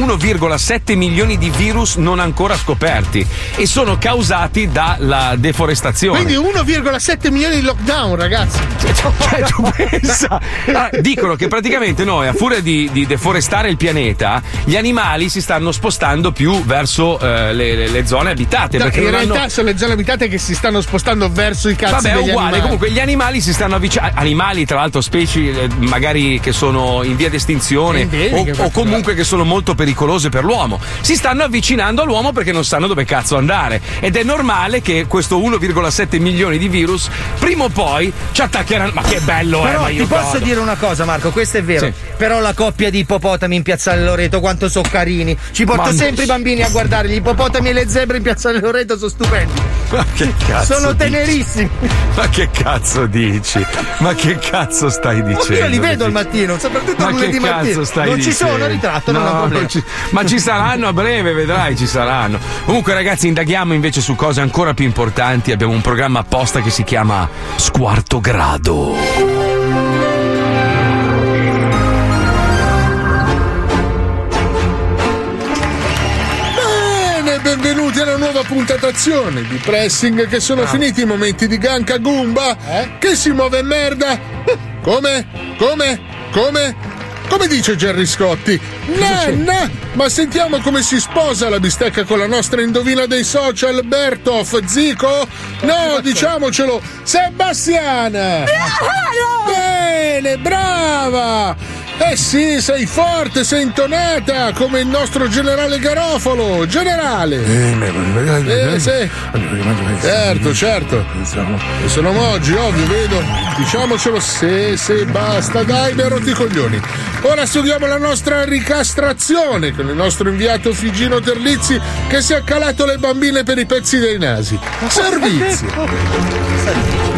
1,7 milioni di virus non ancora scoperti e sono causati dalla deforestazione. Quindi 1,7 milioni di lockdown, ragazzi. Cioè, tu pensa, dicono che praticamente noi, a furia di deforestare il pianeta, gli animali si stanno spostando più verso le zone abitate. Perché in realtà sono le zone abitate che si stanno spostando verso i cazzi degli uguale, animali. Comunque gli animali si stanno avvicinando. Animali, tra l'altro, specie magari che sono in via d'estinzione o comunque che sono molto pericolose per l'uomo. Si stanno avvicinando all'uomo perché non sanno dove cazzo andare. Ed è normale che questo 1,7 milioni di virus prima o poi ci attaccheranno. Ma che bello però ma io ti posso dire una cosa, Marco, questo è vero. Sì. Però la coppia di ippopotami in Piazzale Loreto quanto sono carini. Ci porto sempre i bambini a guardare gli ippopotami e le zebre in Piazzale Loreto, sono stupendi. Ma che cazzo sono tenerissimi. Ma che cazzo dici? Ma che cazzo stai dicendo? Io li vedo al mattino, soprattutto lunedì mattina. Non ci sono, ritratto, non ho problema. Ma ci saranno a breve, vedrai, ci saranno. Comunque ragazzi, indaghiamo invece su cose ancora più importanti. Abbiamo un programma apposta che si chiama Squarto Grado. Benvenuti alla nuova puntatazione di Pressing, che sono finiti i momenti di Ganka Goomba che si muove merda. Come dice Gerry Scotti? Ma sentiamo come si sposa la bistecca con la nostra indovina dei social, Bertoff, Zico? No, diciamocelo, Sebastiana! Bene, brava! Eh sì, sei forte, sei intonata, come il nostro generale Garofalo. Generale! Sì. Certo. E sono Moggi, ovvio, vedo. Diciamocelo, se basta, dai, mi ha rotti i coglioni. Ora studiamo la nostra ricastrazione con il nostro inviato Figino Terlizzi, che si è calato le bambine per i pezzi dei nasi. Servizio.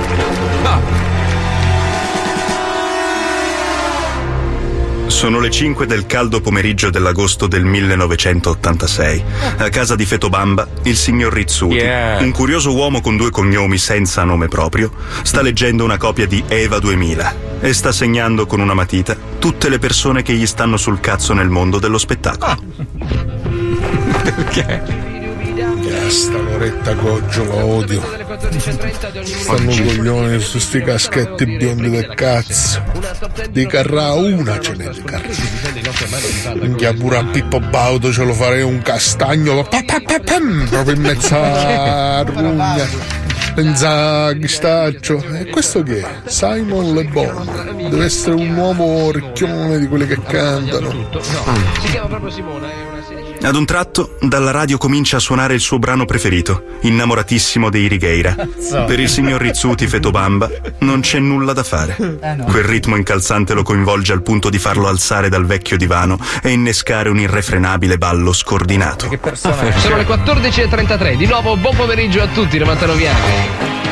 Sono le 5 del caldo pomeriggio dell'agosto del 1986. A casa di Fetobamba, il signor Rizzuti, un curioso uomo con 2 cognomi senza nome proprio, sta leggendo una copia di Eva 2000 e sta segnando con una matita tutte le persone che gli stanno sul cazzo nel mondo dello spettacolo. Perché? Sta Loretta Goggio, la odio. Stanno coglioni su sti caschetti biondi del cazzo. Di Carrà una ce n'è di Carrà. Minchia, pure a Pippo Baudo ce lo farei un castagno proprio in mezzo a rugna. Pensa Chistaccio. E questo che è? Simon Le Bon. Deve essere un nuovo orecchione di quelli che cantano. Si chiama proprio Simone. Ad un tratto, dalla radio comincia a suonare il suo brano preferito, innamoratissimo dei Righeira. Per il signor Rizzuti Fetobamba non c'è nulla da fare. Quel ritmo incalzante lo coinvolge al punto di farlo alzare dal vecchio divano e innescare un irrefrenabile ballo scordinato. Che persona è? Sono le 14.33, di nuovo buon pomeriggio a tutti, 99 anni.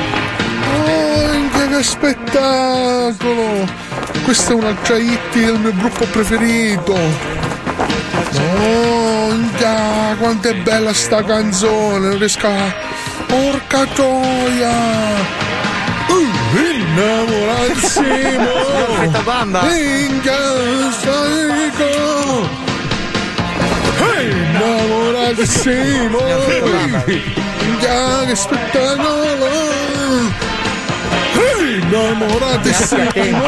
Oh, che spettacolo! Questa è un'altra hit del mio gruppo preferito. Oh, quanto è bella sta canzone, non riesco a... Porca troia! Innamoratissimo! Innamoratissimo! Che spettacolo! Innamoratissimo!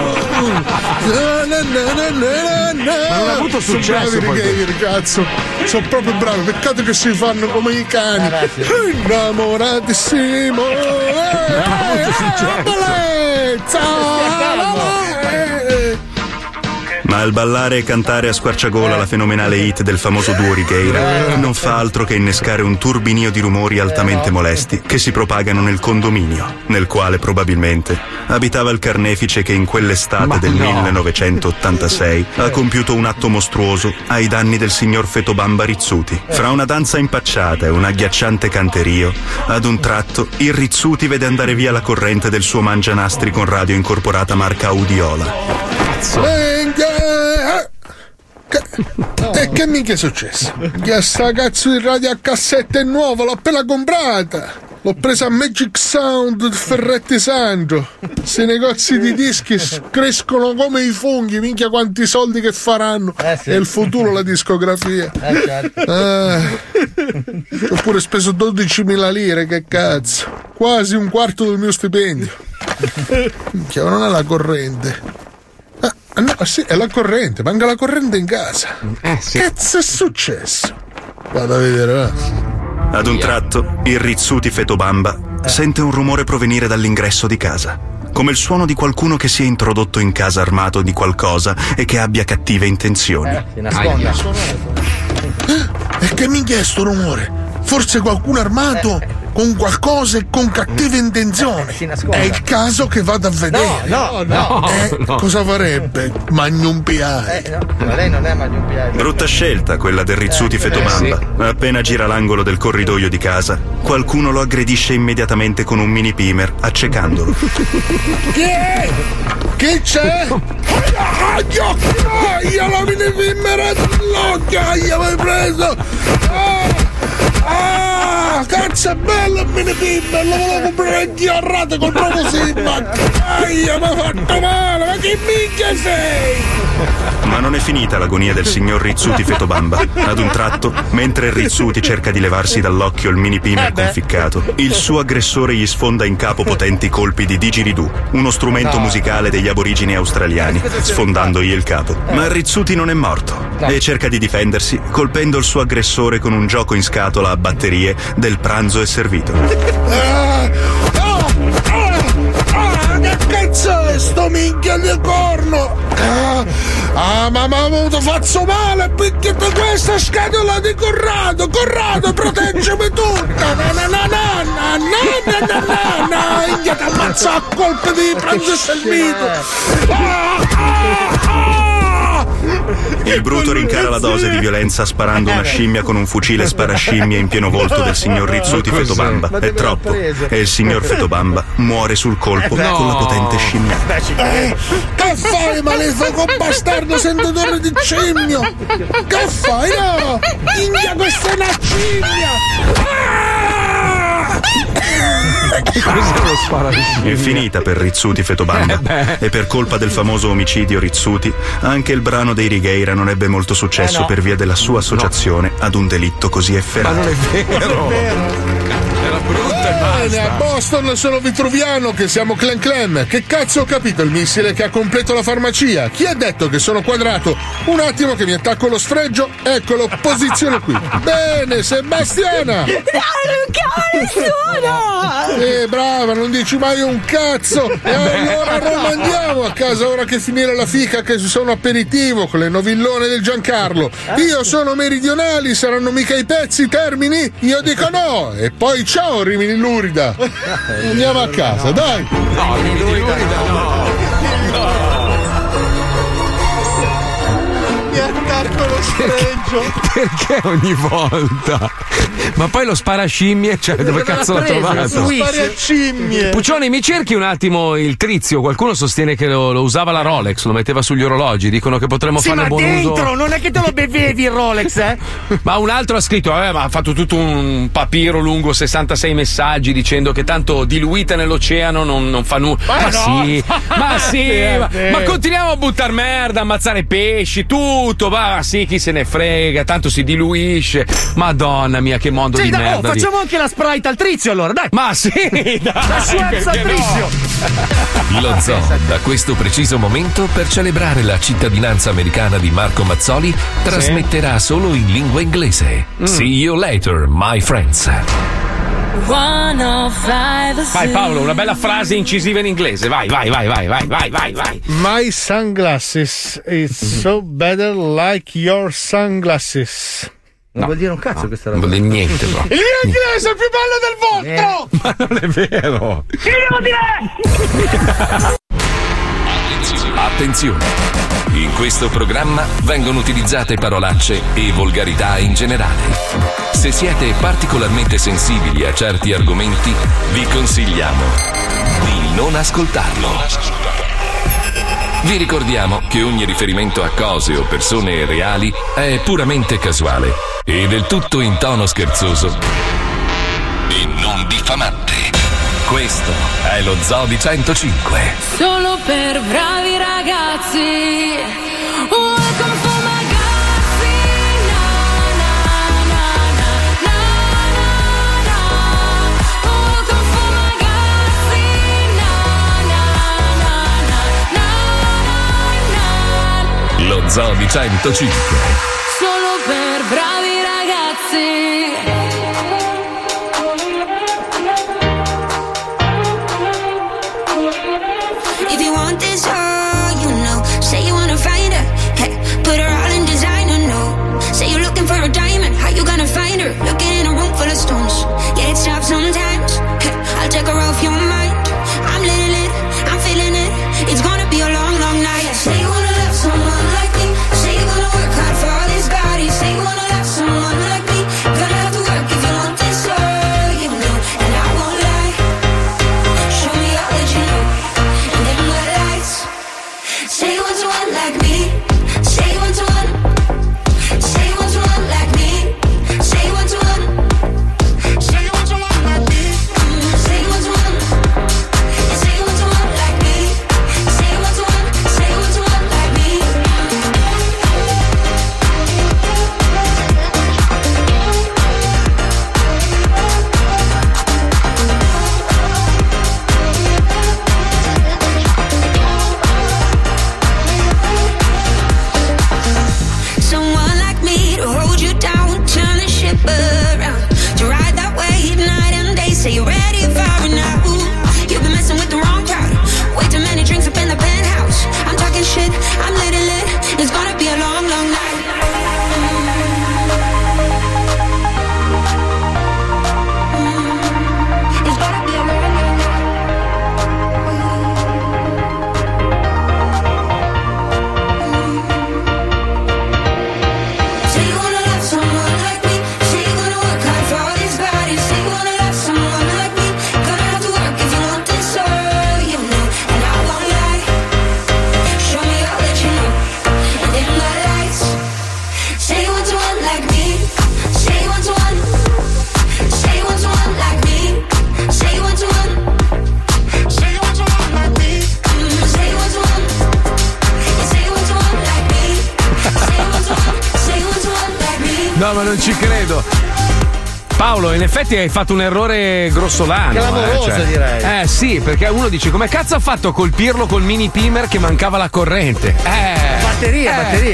Ma non ha avuto successo sono bravi Righeira, cazzo, sono proprio bravi, peccato che si fanno come i cani. Innamoratissimo! Non ha avuto Ma al ballare e cantare a squarciagola la fenomenale hit del famoso duo Righeira non fa altro che innescare un turbinio di rumori altamente molesti che si propagano nel condominio, nel quale probabilmente abitava il carnefice che in quell'estate del 1986 ha compiuto un atto mostruoso ai danni del signor Fetobamba Rizzuti. Fra una danza impacciata e un agghiacciante canterio, ad un tratto il Rizzuti vede andare via la corrente del suo mangianastri con radio incorporata marca Audiola. Che minchia è successo? Che sta cazzo di radio a cassetta è nuova, l'ho appena comprata. L'ho presa a Magic Sound di Ferretti Sandro. Questi negozi di dischi crescono come i funghi, minchia quanti soldi che faranno. È il futuro la discografia. Ho pure speso 12.000 lire, che cazzo. Quasi un quarto del mio stipendio. Minchia, non è la corrente. No, sì, è la corrente, manca la corrente in casa. Cazzo è successo? Vado a vedere, va. Ad un tratto, il Rizzuti Fetobamba sente un rumore provenire dall'ingresso di casa, come il suono di qualcuno che si è introdotto in casa armato di qualcosa e che abbia cattive intenzioni. Si nasconda. E che minchia è sto rumore? Forse qualcuno armato con qualcosa e con cattive intenzioni. È il caso che vada a vedere. No. Cosa farebbe? Magnum P.I. Ma lei non è Magnum P.I. Brutta scelta quella del Rizzuti Fetobamba. Appena gira l'angolo del corridoio di casa, qualcuno lo aggredisce immediatamente con un mini pimer, accecandolo. Chi è? Chi c'è? Io la mini pimer dell'occhio, io mi hai preso. Cazzo è bello il mini pimer, lo volevo comprare anch'io a rate col proprio Simba. Mi ha fatto male, ma che minchia sei? Ma non è finita l'agonia del signor Rizzuti Fetobamba. Ad un tratto, mentre il Rizzuti cerca di levarsi dall'occhio il mini pimer conficcato, il suo aggressore gli sfonda in capo potenti colpi di didgeridoo, uno strumento musicale degli aborigini australiani, sfondandogli il capo. Ma il Rizzuti non è morto e cerca di difendersi colpendo il suo aggressore con un gioco in scatola a batterie del pranzo è servito. Che cazzo è sto minchia di corno? Ma mi ha avuto fatto male perché da questa scatola di Corrado, proteggimi tutta. No, ti ammazzo a colpi di pranzo servito. Il bruto rincara la dose di violenza sparando una scimmia con un fucile sparascimmie in pieno volto del signor Rizzuti Fetobamba. È troppo. E il signor Fetobamba muore sul colpo con la potente scimmia. Che fai, malefico bastardo sentatore di scimmio? Che fai? No! India, questa è una scimmia! Cos'è lo sparascimmie? È finita per Rizzuti Fetobamba. E per colpa del famoso omicidio Rizzuti, anche il brano dei Righeira non ebbe molto successo per via della sua associazione ad un delitto così efferato. Ma non è vero. Era brutta e basta. A Boston sono vitruviano che siamo clan clan. Che cazzo ho capito il missile che ha completo la farmacia? Chi ha detto che sono quadrato? Un attimo che mi attacco lo sfregio. Eccolo, posizione qui. Bene, Sebastiana. Non chiama nessuno. Brava, non dici mai un cazzo. E allora a Roma andiamo a casa ora che finire la fica, che sono aperitivo con le novillone del Giancarlo. Io sono meridionali, saranno mica i pezzi Termini? Io dico no. E poi ciao Rimini Lurida. Andiamo a casa, dai. No, Rimini Lurida no. Mi attacco lo sfregio. Perché ogni volta? Ma poi lo sparascimmie, cioè dove cazzo l'ha trovato? Sparascimmie. Puccioni, mi cerchi un attimo il trizio? Qualcuno sostiene che lo usava la Rolex, lo metteva sugli orologi, dicono che potremmo farne buon uso. Dentro, non è che te lo bevevi il Rolex, eh? Ma un altro ha scritto, ma ha fatto tutto un papiro lungo 66 messaggi dicendo che tanto diluita nell'oceano non fa nulla. Ma ma continuiamo a buttar merda, ammazzare pesci, tutto, va, sì, chi se ne frega, tanto si diluisce. Madonna mia, che mondo di merda. Facciamo anche la Sprite al trizio allora, dai. Ma sì, dai. La Schweppes al trizio. Lo Zoo, da questo preciso momento, per celebrare la cittadinanza americana di Marco Mazzoli, trasmetterà solo in lingua inglese. See you later, my friends. Vai Paolo, una bella frase incisiva in inglese, vai. My sunglasses, it's so better like your sunglasses. Non vuol dire un cazzo questa roba. Non vuol dire niente, però. Il mio inglese è più bello del vostro! Ma non è vero! Che devo dire? Attenzione! In questo programma vengono utilizzate parolacce e volgarità in generale. Se siete particolarmente sensibili a certi argomenti, vi consigliamo di non ascoltarlo. Vi ricordiamo che ogni riferimento a cose o persone reali è puramente casuale e del tutto in tono scherzoso e non diffamante. Questo è lo Zoo di 105. Solo per bravi ragazzi. Welcome for my ragazzi. Na na na na na na. Welcome for my ragazzi. Na na na na na. Lo Zoo di 105. Solo per bravi ragazzi. If you want this all, you know, say you wanna find her, hey, put her all in designer, no. Say you're looking for a diamond, how you gonna find her? Looking in a room full of stones, yeah, it's tough sometimes, hey, I'll take her off your mind. I'm living it, I'm feeling it, it's gonna be a long, long night. Say you wanna love someone like me, say you're gonna work hard for all this body. Say you wanna love someone like me, gonna have to work if you want this all, you know, and I won't lie. Show me all that you know. Say you want someone like me. Say you want someone. Say you want someone like me. Say you want someone. Say you want someone like me. Say you want someone. Say you want someone like me. Say you want someone. Say you want someone like me. Someone like me to hold you down, turn the ship around, to ride that wave night and day. Say you're ready for it now. You've been messing with the wrong crowd. Way too many drinks up in the penthouse. I'm talking shit, I'm lit and lit. It's gonna be a long, long night. It's gonna be a long, long night. Say you wanna love someone like me. Say you wanna No, ma non ci credo. Paolo, in effetti hai fatto un errore grossolano. Clamoroso, direi. Sì, perché uno dice come cazzo ha fatto a colpirlo col mini pimer che mancava la corrente? Batterie.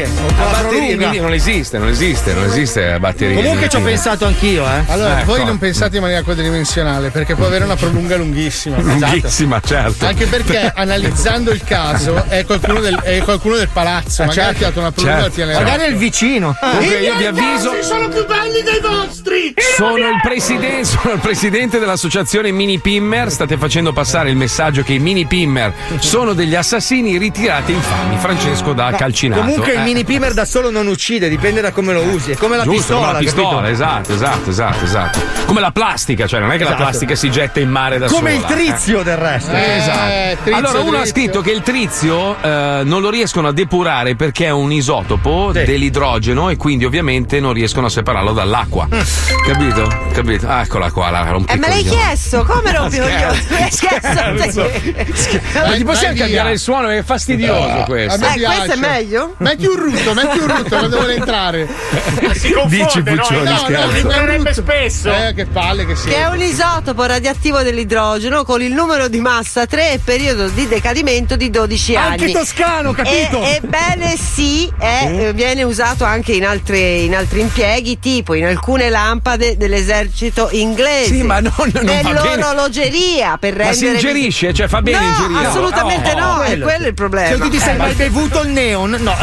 Quindi non esiste batteria. Comunque ci ho pensato anch'io, Allora, voi non pensate in maniera quadridimensionale, perché può avere una prolunga lunghissima. Lunghissima, certo. Anche perché analizzando il caso è qualcuno del palazzo. Magari ti ha dato una prolunga, magari è il vicino. Comunque io vi avviso. Sono più belli dei vostri! Sono il presidente dell'associazione Mini Pimmer. State facendo passare il messaggio che i Mini Pimmer sono degli assassini ritirati infami. Francesco da Calcinato. Comunque il Mini Pimmer da solo non uccide, dipende da come lo usi. È come la Giusto, pistola. come la pistola, esatto. Come la plastica, cioè non è che la plastica si getta in mare da sola. Come il trizio del resto. Esatto. Allora uno ha scritto che il trizio non lo riescono a depurare perché è un isotopo dell'idrogeno e quindi ovviamente non riescono a separarlo dall'acqua. Capito? Ah, eccola qua, la rompi. Me l'hai chiesto? Come rompi coglioni? Me l'hai chiesto a te? Ma ti possiamo cambiare il suono? È fastidioso questo. Questo è meglio? Metti un rutto quando vuole entrare. Si confonde, Dici, Puccioni, ricorrerebbe spesso. Che palle che sia. Che è un isotopo radioattivo dell'idrogeno con il numero di massa 3 e periodo di decadimento di 12 anni. Anche toscano, capito? Ebbene sì, viene usato anche in altri impieghi, tipo in alcune lampade dell'esercito inglese. Sì, ma non nell'orologeria per rendere. Ma si ingerisce? Cioè fa bene ingerire? Assolutamente no, è quello il problema. Se tu ti sei mai bevuto il neon? No,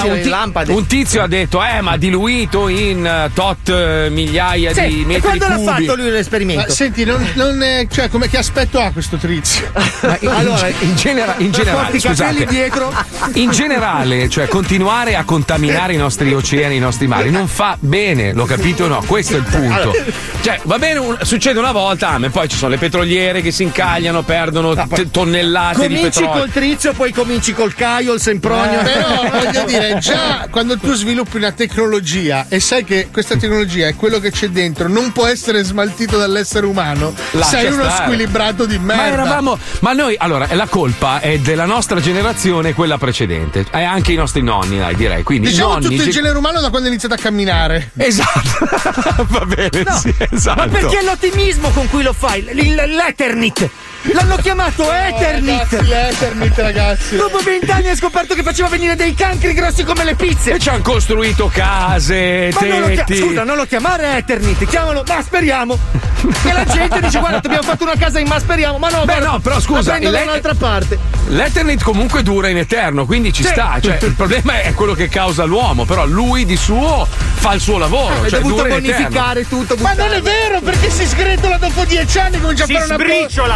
un tizio ha detto ma diluito in tot migliaia di metri cubi. E quando l'ha fatto lui l'esperimento? Ma senti, cioè come che aspetto ha questo trizio? Allora, in generale, scusate, dietro. In generale, cioè continuare a contaminare i nostri oceani, i nostri mari non fa bene, lo capito o no? Questo è il punto. Cioè, va bene, succede una volta, ma poi ci sono le petroliere che si incagliano, perdono tonnellate di petrolio. Cominci col trizio, poi cominci col caio, il sempronio. Però voglio dire, già quando tu sviluppi una tecnologia e sai che questa tecnologia è quello che c'è dentro, non può essere smaltito dall'essere umano, sei uno squilibrato di merda. Ma noi, allora, la colpa è della nostra generazione, quella precedente, è anche i nostri nonni, direi. Quindi diciamo nonni, tutto il genere umano da quando è iniziato a camminare. Esatto. Va bene, no, sì, esatto. Ma perché l'ottimismo con cui lo fai? L'Eternit. L'hanno chiamato Eternit. L'Eternit, ragazzi. Dopo 20 anni ha scoperto che faceva venire dei cancri grossi come le pizze. E ci hanno costruito case, tetti. Scusa, non lo chiamare Eternit, chiamalo Masperiamo. Che la gente dice guarda, abbiamo fatto una casa in Masperiamo. Ma no, no, però scusa, da un'altra parte. L'Eternit comunque dura in eterno, quindi ci sta. Cioè, il problema è quello che causa l'uomo, però lui di suo fa il suo lavoro. È dovuto dura bonificare tutto. Ma non è vero, perché si sgretola dopo 10 anni, comincia a fare una sbriciola.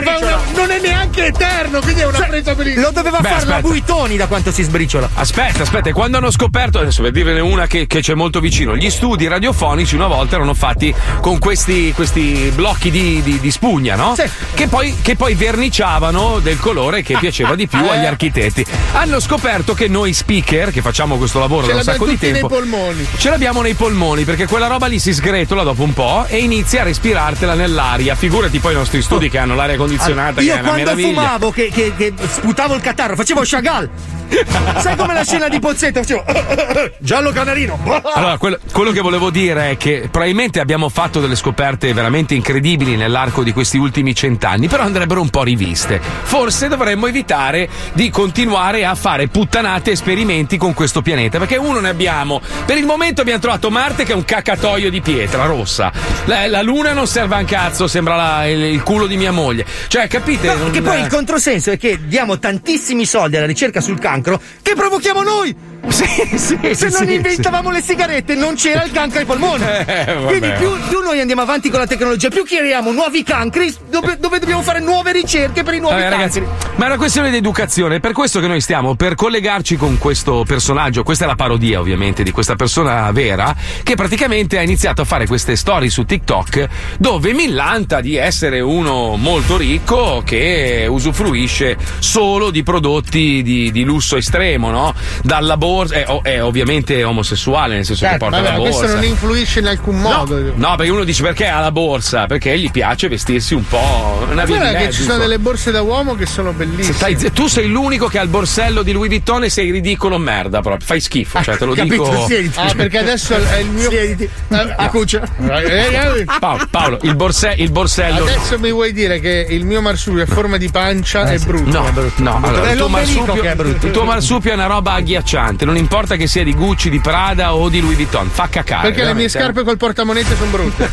Non è neanche eterno, quindi è una presa bellissima. Lo doveva fare la Buitoni da quanto si sbriciola. Aspetta, e quando hanno scoperto, adesso per dirne una che c'è molto vicino, gli studi radiofonici una volta erano fatti con questi blocchi di spugna, no? Sì. Che poi verniciavano del colore che piaceva di più agli architetti. Hanno scoperto che noi speaker, che facciamo questo lavoro da un sacco di tempo, nei polmoni. Ce l'abbiamo nei polmoni, perché quella roba lì si sgretola dopo un po' e inizi a respirartela nell'aria. Figurati poi i nostri studi che hanno l'aria condizionata. Io quando fumavo che sputavo il catarro facevo Chagall. Sai come la scena di Pozzetto? Facevo giallo canarino. Allora, quello che volevo dire è che probabilmente abbiamo fatto delle scoperte veramente incredibili nell'arco di questi ultimi 100 anni, però andrebbero un po' riviste. Forse dovremmo evitare di continuare a fare puttanate esperimenti con questo pianeta, perché uno ne abbiamo. Per il momento abbiamo trovato Marte che è un cacatoio di pietra rossa. La Luna non serve a un cazzo, sembra il culo di mia moglie. Cioè, capite? No, che poi il controsenso è che diamo tantissimi soldi alla ricerca sul cancro che provochiamo noi. Se non inventavamo le sigarette non c'era il cancro ai polmoni. Quindi più noi andiamo avanti con la tecnologia, più creiamo nuovi cancri dove dobbiamo fare nuove ricerche per i nuovi cancri. Ragazzi, ma è una questione di educazione, è per questo che noi stiamo per collegarci con questo personaggio. Questa è la parodia ovviamente di questa persona vera che praticamente ha iniziato a fare queste storie su TikTok dove millanta di essere uno molto ricco che usufruisce solo di prodotti di lusso estremo, no? Dalla borsa, è ovviamente omosessuale, nel senso che porta la borsa. Questo non influisce in alcun modo. No, perché uno dice perché ha la borsa? Perché gli piace vestirsi un po'. Una via di Guarda che mezzo, ci sono insomma. delle borse da uomo che sono bellissime. Tu sei l'unico che ha il borsello di Louis Vuitton e sei ridicolo merda proprio. Fai schifo, cioè te lo dico. Perché adesso è il mio. A cuccia. Paolo, il borsello. Adesso mi vuoi dire che il mio marsupio a forma di pancia è brutto? No, allora, è l'ombelico che è brutto. Il tuo marsupio è una roba agghiacciante, non importa che sia di Gucci, di Prada o di Louis Vuitton, fa cacare. Perché le mie scarpe col portamonete sono brutte.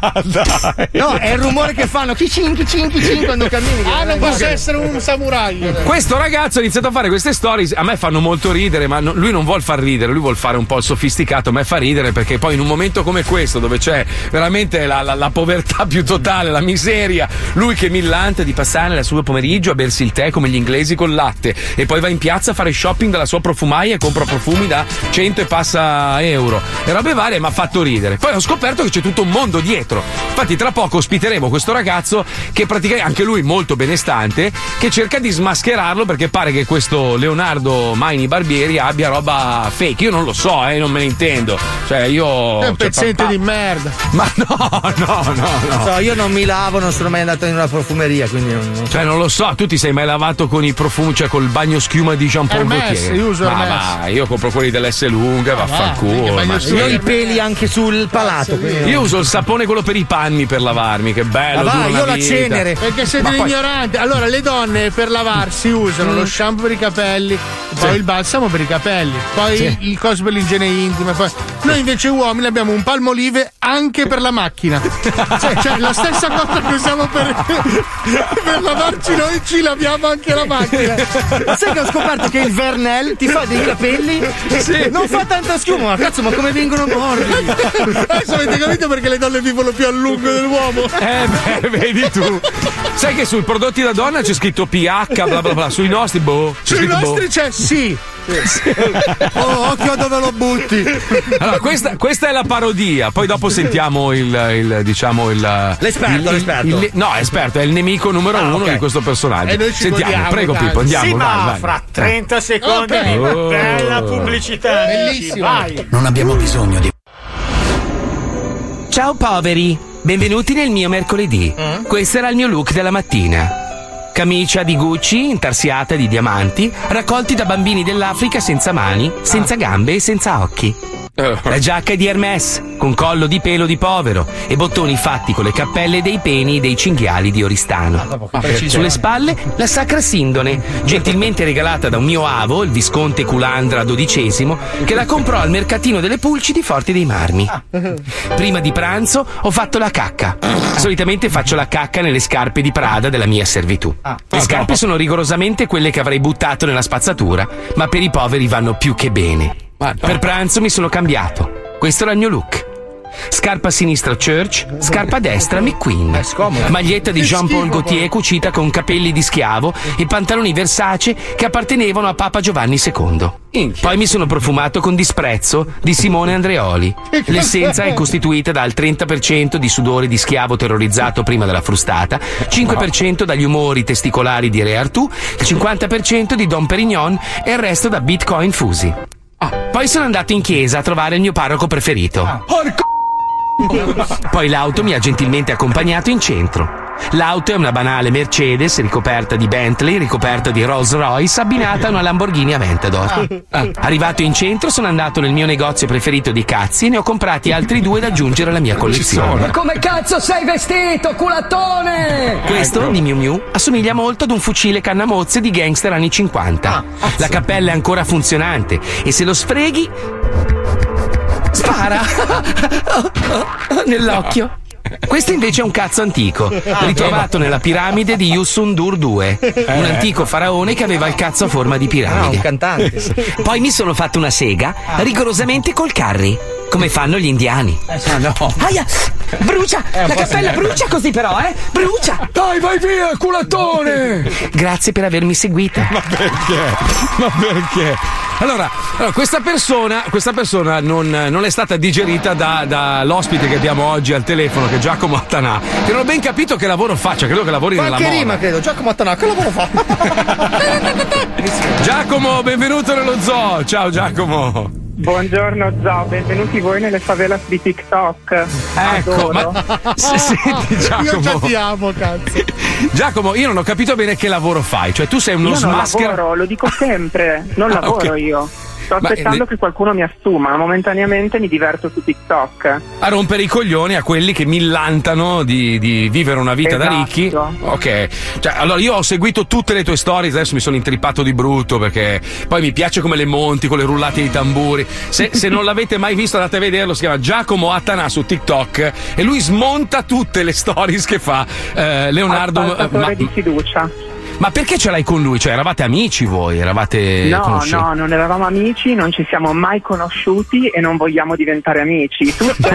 No, è il rumore che fanno kicin quando cammini. Non posso essere un samurai. Questo ragazzo ha iniziato a fare queste stories, a me fanno molto ridere, ma lui non vuol far ridere, lui vuol fare un po' il sofisticato, a me fa ridere perché poi in un momento come questo, dove c'è veramente la povertà più totale, la miseria, lui che millanta di passare la sua pomeriggio a bersi il tè come gli inglesi col latte e poi va in piazza a fare shopping dalla sua profumaia e compra profumi da 100 e passa euro e robe varie, mi ha fatto ridere. Poi ho scoperto che c'è tutto un mondo dietro, infatti tra poco ospiteremo questo ragazzo che praticamente anche lui molto benestante, che cerca di smascherarlo perché pare che questo Leonardo Maini Barbieri abbia roba fake. Io non lo so, non me ne intendo, cioè io è un pezzente di merda. Ma no. So, io non mi lavo, non sono mai andato in una profumeria, quindi non cioè non lo so, tu ti sei mai lavato con i profumi, cioè col bagno schiuma di Jean Paul Gaultier? Io uso Hermès. Ma io compro quelli dell'S lunga, vaffanculo. Io ho i peli anche sul palato. Io uso il sapone quello per i panni per lavarmi, che bello. Io la cenere. Perché siete ignoranti. Allora, le donne per lavarsi usano lo shampoo per i capelli, poi il balsamo per i capelli, poi il coso per l'igiene intima. Poi... Noi invece uomini abbiamo un palmolive anche per la macchina. Cioè la stessa cosa che usiamo per lavarci noi, ci laviamo anche la macchina. Sai che ho scoperto che il Vernel ti fa dei capelli? Sì. Non fa tanta schiuma, ma cazzo, ma come vengono morbidi? Adesso avete capito perché le donne vivono più a lungo dell'uomo? Vedi tu. Sai che sui prodotti da donna c'è scritto pH, bla bla bla, sui nostri sui nostri c'è sì. Oh, occhio dove lo butti. Allora, questa è la parodia. Poi dopo sentiamo l'esperto. No, esperto, è il nemico numero uno di questo personaggio. Sentiamo, godiamo, prego dai. Pippo, andiamo. Sì, vai. fra 30 secondi bella pubblicità. Bellissimo. Vai. Non abbiamo bisogno di... Ciao poveri, benvenuti nel mio mercoledì. Questo era il mio look della mattina. Camicia di Gucci intarsiata di diamanti, raccolti da bambini dell'Africa senza mani, senza gambe e senza occhi. La giacca è di Hermès, con collo di pelo di povero e bottoni fatti con le cappelle dei peni dei cinghiali di Oristano. Sulle spalle la Sacra Sindone, gentilmente regalata da un mio avo, il visconte Culandra XII, che la comprò al mercatino delle pulci di Forte dei Marmi. Prima di pranzo ho fatto la cacca. Solitamente faccio la cacca nelle scarpe di Prada della mia servitù. Le scarpe sono rigorosamente quelle che avrei buttato nella spazzatura, ma per i poveri vanno più che bene. Per pranzo mi sono cambiato. Questo era il mio look. Scarpa a sinistra Church, scarpa a destra McQueen. Maglietta di Jean Paul Gaultier cucita con capelli di schiavo e pantaloni Versace che appartenevano a Papa Giovanni II. Poi mi sono profumato con disprezzo di Simone Andreoli. L'essenza è costituita dal 30% di sudore di schiavo terrorizzato prima della frustata, 5% dagli umori testicolari di Re Artù, il 50% di Dom Perignon e il resto da Bitcoin fusi. Poi sono andato in chiesa a trovare il mio parroco preferito. Poi l'auto mi ha gentilmente accompagnato in centro. L'auto è una banale Mercedes ricoperta di Bentley, ricoperta di Rolls Royce, abbinata a una Lamborghini Aventador. Arrivato in centro sono andato nel mio negozio preferito di cazzi e ne ho comprati altri 2 da aggiungere alla mia collezione. Ma come cazzo sei vestito, culattone? Questo, di Miu Miu, assomiglia molto ad un fucile cannamozze di gangster anni 50. La cappella è ancora funzionante e se lo sfreghi... spara nell'occhio. Questo invece è un cazzo antico, ritrovato nella piramide di Yusundur II, un antico faraone che aveva il cazzo a forma di piramide. Un cantante. Poi mi sono fatto una sega rigorosamente col curry, come fanno gli indiani. Aia, brucia, la cappella brucia così però, brucia. Dai, vai via, culattone. Grazie per avermi seguita. Ma perché? Allora, questa persona non è stata digerita dall'ospite che abbiamo oggi al telefono, che è Giacomo Attanà, che non ho ben capito che lavoro faccia, credo che lavori nella moda. Qualche rima, credo. Giacomo Attanà, che lavoro fa? Giacomo, benvenuto nello zoo. Ciao Giacomo. Buongiorno Zoo, benvenuti voi nelle favelas di TikTok. Ecco, ma senti Giacomo. Io ti amo, cazzo. Giacomo, io non ho capito bene che lavoro fai. Cioè, tu sei uno Io non smaschera. lavoro, lo dico sempre, non lavoro ok. io. Sto aspettando che qualcuno mi assuma, momentaneamente mi diverto su TikTok. A rompere i coglioni a quelli che millantano di vivere una vita da ricchi. Ok. Cioè, allora io ho seguito tutte le tue stories, adesso mi sono intrippato di brutto perché poi mi piace come le monti con le rullate di tamburi. Se non l'avete mai visto andate a vederlo, si chiama Giacomo Attanà su TikTok e lui smonta tutte le stories che fa Leonardo. Di fiducia. Ma perché ce l'hai con lui? Cioè, eravate amici voi? Eravate conosciuti? No, non eravamo amici, non ci siamo mai conosciuti e non vogliamo diventare amici. Tutto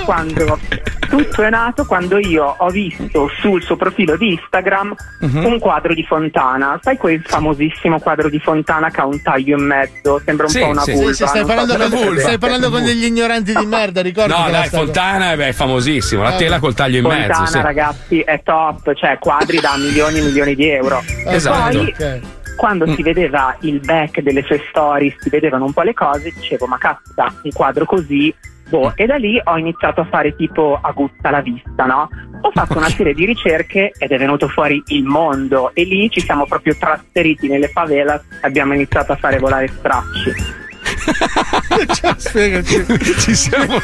è nato quando io ho visto sul suo profilo di Instagram un quadro di Fontana. Sai quel famosissimo quadro di Fontana che ha un taglio in mezzo? Sembra un po' una vulva. Sì, stai parlando con degli ignoranti di merda, ricordi? No, dai, Fontana è famosissimo. La tela col taglio in mezzo. Fontana, ragazzi, è top, cioè quadri da milioni e milioni di euro. Esatto. Poi, quando si vedeva il back delle sue stories, si vedevano un po' le cose, dicevo, ma cazzo, un quadro così, e da lì ho iniziato a fare tipo a gutta la vista, no? Ho fatto una serie di ricerche ed è venuto fuori il mondo e lì ci siamo proprio trasferiti nelle favelas e abbiamo iniziato a fare volare stracci. Spiegaci. Ci siamo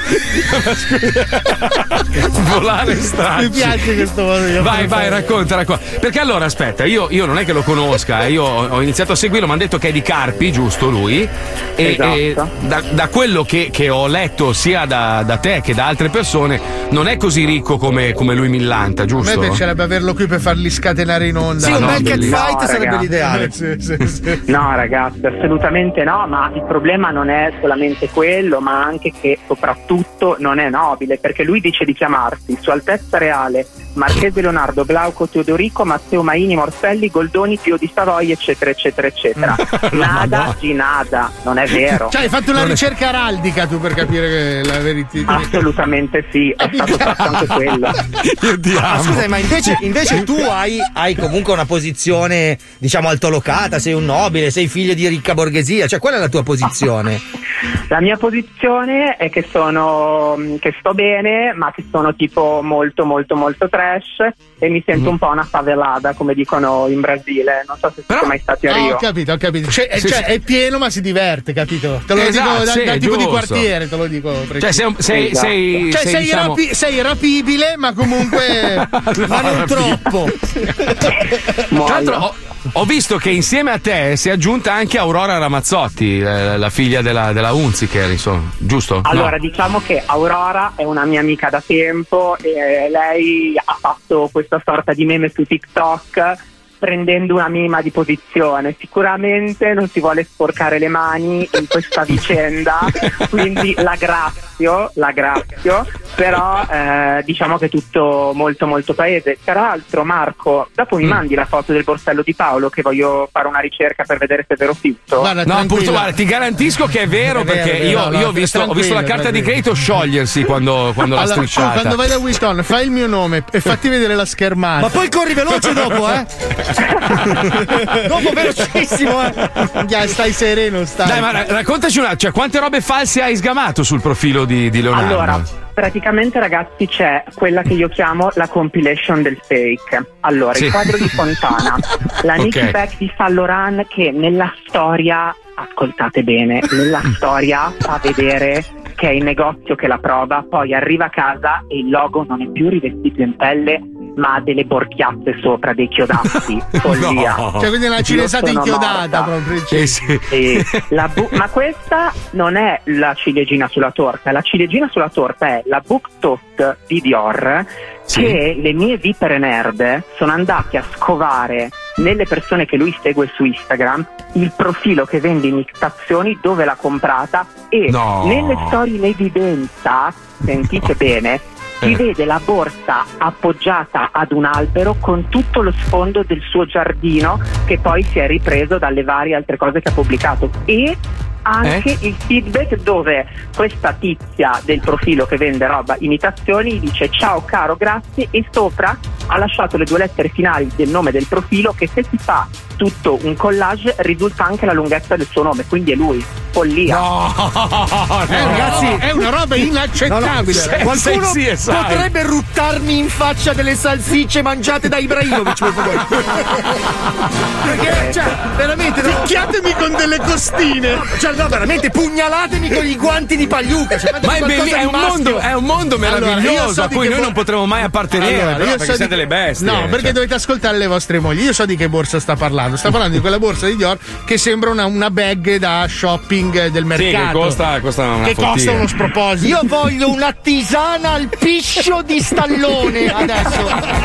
volare stracci. Mi piace questo modo. Vai, racconta. Perché allora aspetta, io non è che lo conosca, io ho iniziato a seguirlo, mi hanno detto che è di Carpi, giusto lui? E da quello che ho letto sia da te che da altre persone, non è così ricco come lui millanta, giusto? A me piacerebbe averlo qui per farli scatenare in onda. Sì, un bel cat fight No, sarebbe ragazzi. l'ideale. Sì. No, ragazzi, assolutamente no, ma il problema non è solamente quello, ma anche che soprattutto non è nobile, perché lui dice di chiamarsi Sua Altezza Reale Marchese Leonardo Glauco Teodorico Matteo Maini Morselli Goldoni Pio di Savoia eccetera eccetera eccetera. Nada di nada, non è vero. Cioè hai fatto una ricerca araldica tu per capire che la verità. Assolutamente sì, è stato fatto anche quello. Io ti amo. Scusa, ma invece tu hai comunque una posizione, diciamo, altolocata, sei un nobile, sei figlio di ricca borghesia, cioè qual è la tua posizione? La mia posizione è che sto bene, ma che sono tipo molto molto molto trash e mi sento un po' una favelada, come dicono in Brasile. Non so se siete mai stati a Rio. Ho capito. Cioè, è pieno ma si diverte, capito? Te lo Esatto, dico da tipo di giusto. quartiere, te lo dico. Cioè sei diciamo... sei rapibile, ma comunque ma non troppo. Tra l'altro ho visto che insieme a te si è aggiunta anche Aurora Ramazzotti, la figlia della Hunziker, insomma, giusto? Allora, diciamo che Aurora è una mia amica da tempo e lei ha fatto questa sorta di meme su TikTok prendendo una minima di posizione. Sicuramente non si vuole sporcare le mani in questa vicenda, quindi la grazio, però diciamo che è tutto molto molto paese. Tra l'altro, Marco, dopo mi mandi la foto del borsello di Paolo, che voglio fare una ricerca per vedere se è vero fitto. No, appunto, guarda, ti garantisco che è vero, perché io ho visto la carta di credito sciogliersi quando l'ha strisciata. Quando vai da Witton fai il mio nome e fatti vedere la schermata. Ma poi corri veloce dopo, dopo velocissimo, stai sereno, stai. Dai, ma raccontaci cioè quante robe false hai sgamato sul profilo di Leonardo? Allora, praticamente, ragazzi, c'è quella che io chiamo la compilation del fake. Allora, il quadro di Fontana, la Nicky Beck di Saint Laurent, che nella storia, ascoltate bene, nella storia fa vedere che è il negozio che la prova, poi arriva a casa e il logo non è più rivestito in pelle, ma ha delle borchiazze sopra, dei chiodazzi. Follia. No. Cioè, quindi una cinesata inchiodata proprio. Ma questa non è la ciliegina sulla torta. La ciliegina sulla torta è la book toast di Dior, che le mie vipere nerd sono andate a scovare nelle persone che lui segue su Instagram il profilo che vende imitazioni, dove l'ha comprata, e nelle storie in evidenza, sentite bene, si vede la borsa appoggiata ad un albero con tutto lo sfondo del suo giardino, che poi si è ripreso dalle varie altre cose che ha pubblicato, e anche il feedback dove questa tizia del profilo che vende roba imitazioni dice ciao caro, grazie, e sopra ha lasciato le 2 lettere finali del nome del profilo, che se si fa tutto un collage risulta anche la lunghezza del suo nome, quindi è lui. Follia. Ragazzi, è una roba inaccettabile. Qualcuno potrebbe ruttarmi in faccia delle salsicce mangiate da Ibrahimovic. Perché, cioè, veramente picchiatemi con delle costine. Cioè, no, veramente pugnalatemi con i guanti di Pagliuca. Cioè, ma è un mondo meraviglioso a cui noi non potremo mai appartenere, però, perché siete delle bestie. No, perché dovete ascoltare le vostre mogli. Io so di che borsa sta parlando. Sta parlando di quella borsa di Dior che sembra una bag da shopping del mercato. Sì, che costa una che costa uno sproposito. Io voglio una tisana al piscio di Stallone adesso.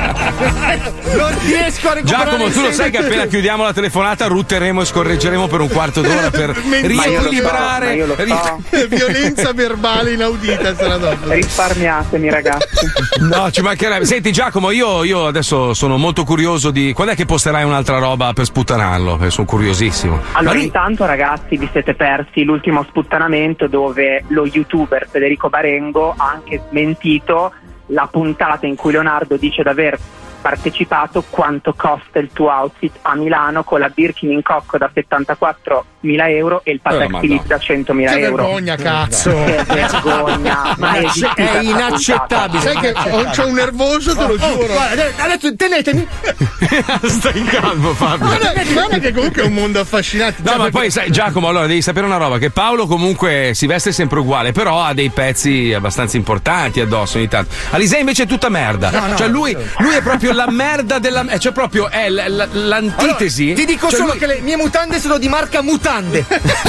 Non riesco a recuperare. Giacomo, tu lo sai che appena chiudiamo la telefonata rutteremo e scorreggeremo per un quarto d'ora per riequilibrare. Io lo so. Violenza verbale inaudita sarà dopo. Risparmiatemi, ragazzi. No, ci mancherebbe. Senti Giacomo, io adesso sono molto curioso di quando è che posterai un'altra roba per sputtanarlo, sono curiosissimo. Allora, intanto ragazzi, vi siete persi l'ultimo sputtanamento dove lo youtuber Federico Barengo ha anche smentito la puntata in cui Leonardo dice di aver partecipato quanto costa il tuo outfit a Milano con la Birkin in cocco da 74.000 euro e il Patek Philippe da 100.000 euro. Che vergogna, cazzo! Che vergogna! Ma è inaccettabile. Sai che c'ho un nervoso, te lo giuro. Guarda, adesso tenetemi. Stai calmo, Fabio. Guarda che comunque è un mondo affascinante. No, ma poi sai, Giacomo, allora devi sapere una roba: che Paolo comunque si veste sempre uguale, però ha dei pezzi abbastanza importanti addosso ogni tanto. Alisei invece è tutta merda. No, cioè lui è proprio la merda della. Cioè proprio è l'antitesi. Allora, ti dico solo che le mie mutande sono di marca Mutande.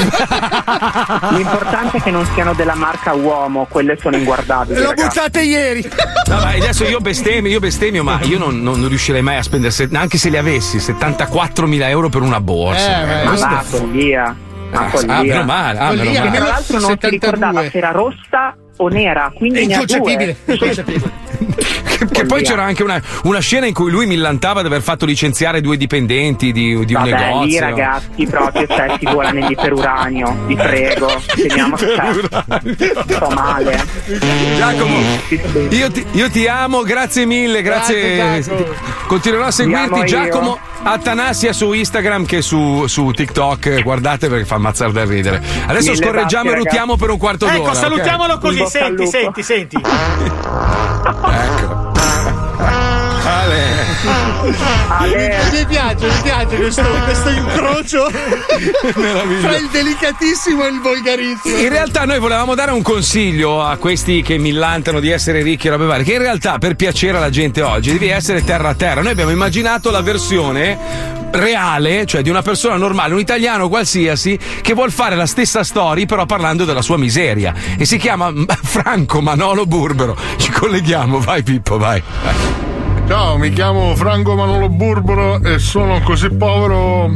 L'importante è che non siano della marca Uomo, quelle sono inguardabili. L'ho buttate ieri. No, ma adesso io bestemmio, ma io non riuscirei mai a spendere, anche se li avessi, 74.000 euro per una borsa. Ma follia. Meno male. Tra l'altro non si ricordava se era rossa o nera, quindi ne ha due. Che poi c'era anche una scena in cui lui millantava di aver fatto licenziare 2 dipendenti di un negozio. Lì ragazzi proprio si vola negli iperuranio, vi prego, teniamo sto male. Giacomo, io ti amo, grazie mille, grazie. Continuerò a seguirti, Giacomo Attanassia su Instagram che su TikTok, guardate perché fa ammazzare da ridere. Adesso scorreggiamo e rutiamo per un quarto d'ora. Ecco, salutiamolo così, senti. Ecco. Mi piace questo incrocio fra il delicatissimo e il volgarissimo. In realtà noi volevamo dare un consiglio a questi che millantano di essere ricchi e robe varie, che in realtà per piacere alla gente oggi devi essere terra a terra. Noi abbiamo immaginato la versione reale, cioè di una persona normale, un italiano qualsiasi che vuol fare la stessa story però parlando della sua miseria, e si chiama Franco Manolo Burbero. Ci colleghiamo, vai Pippo, vai. Ciao, mi chiamo Franco Manolo Burbero e sono così povero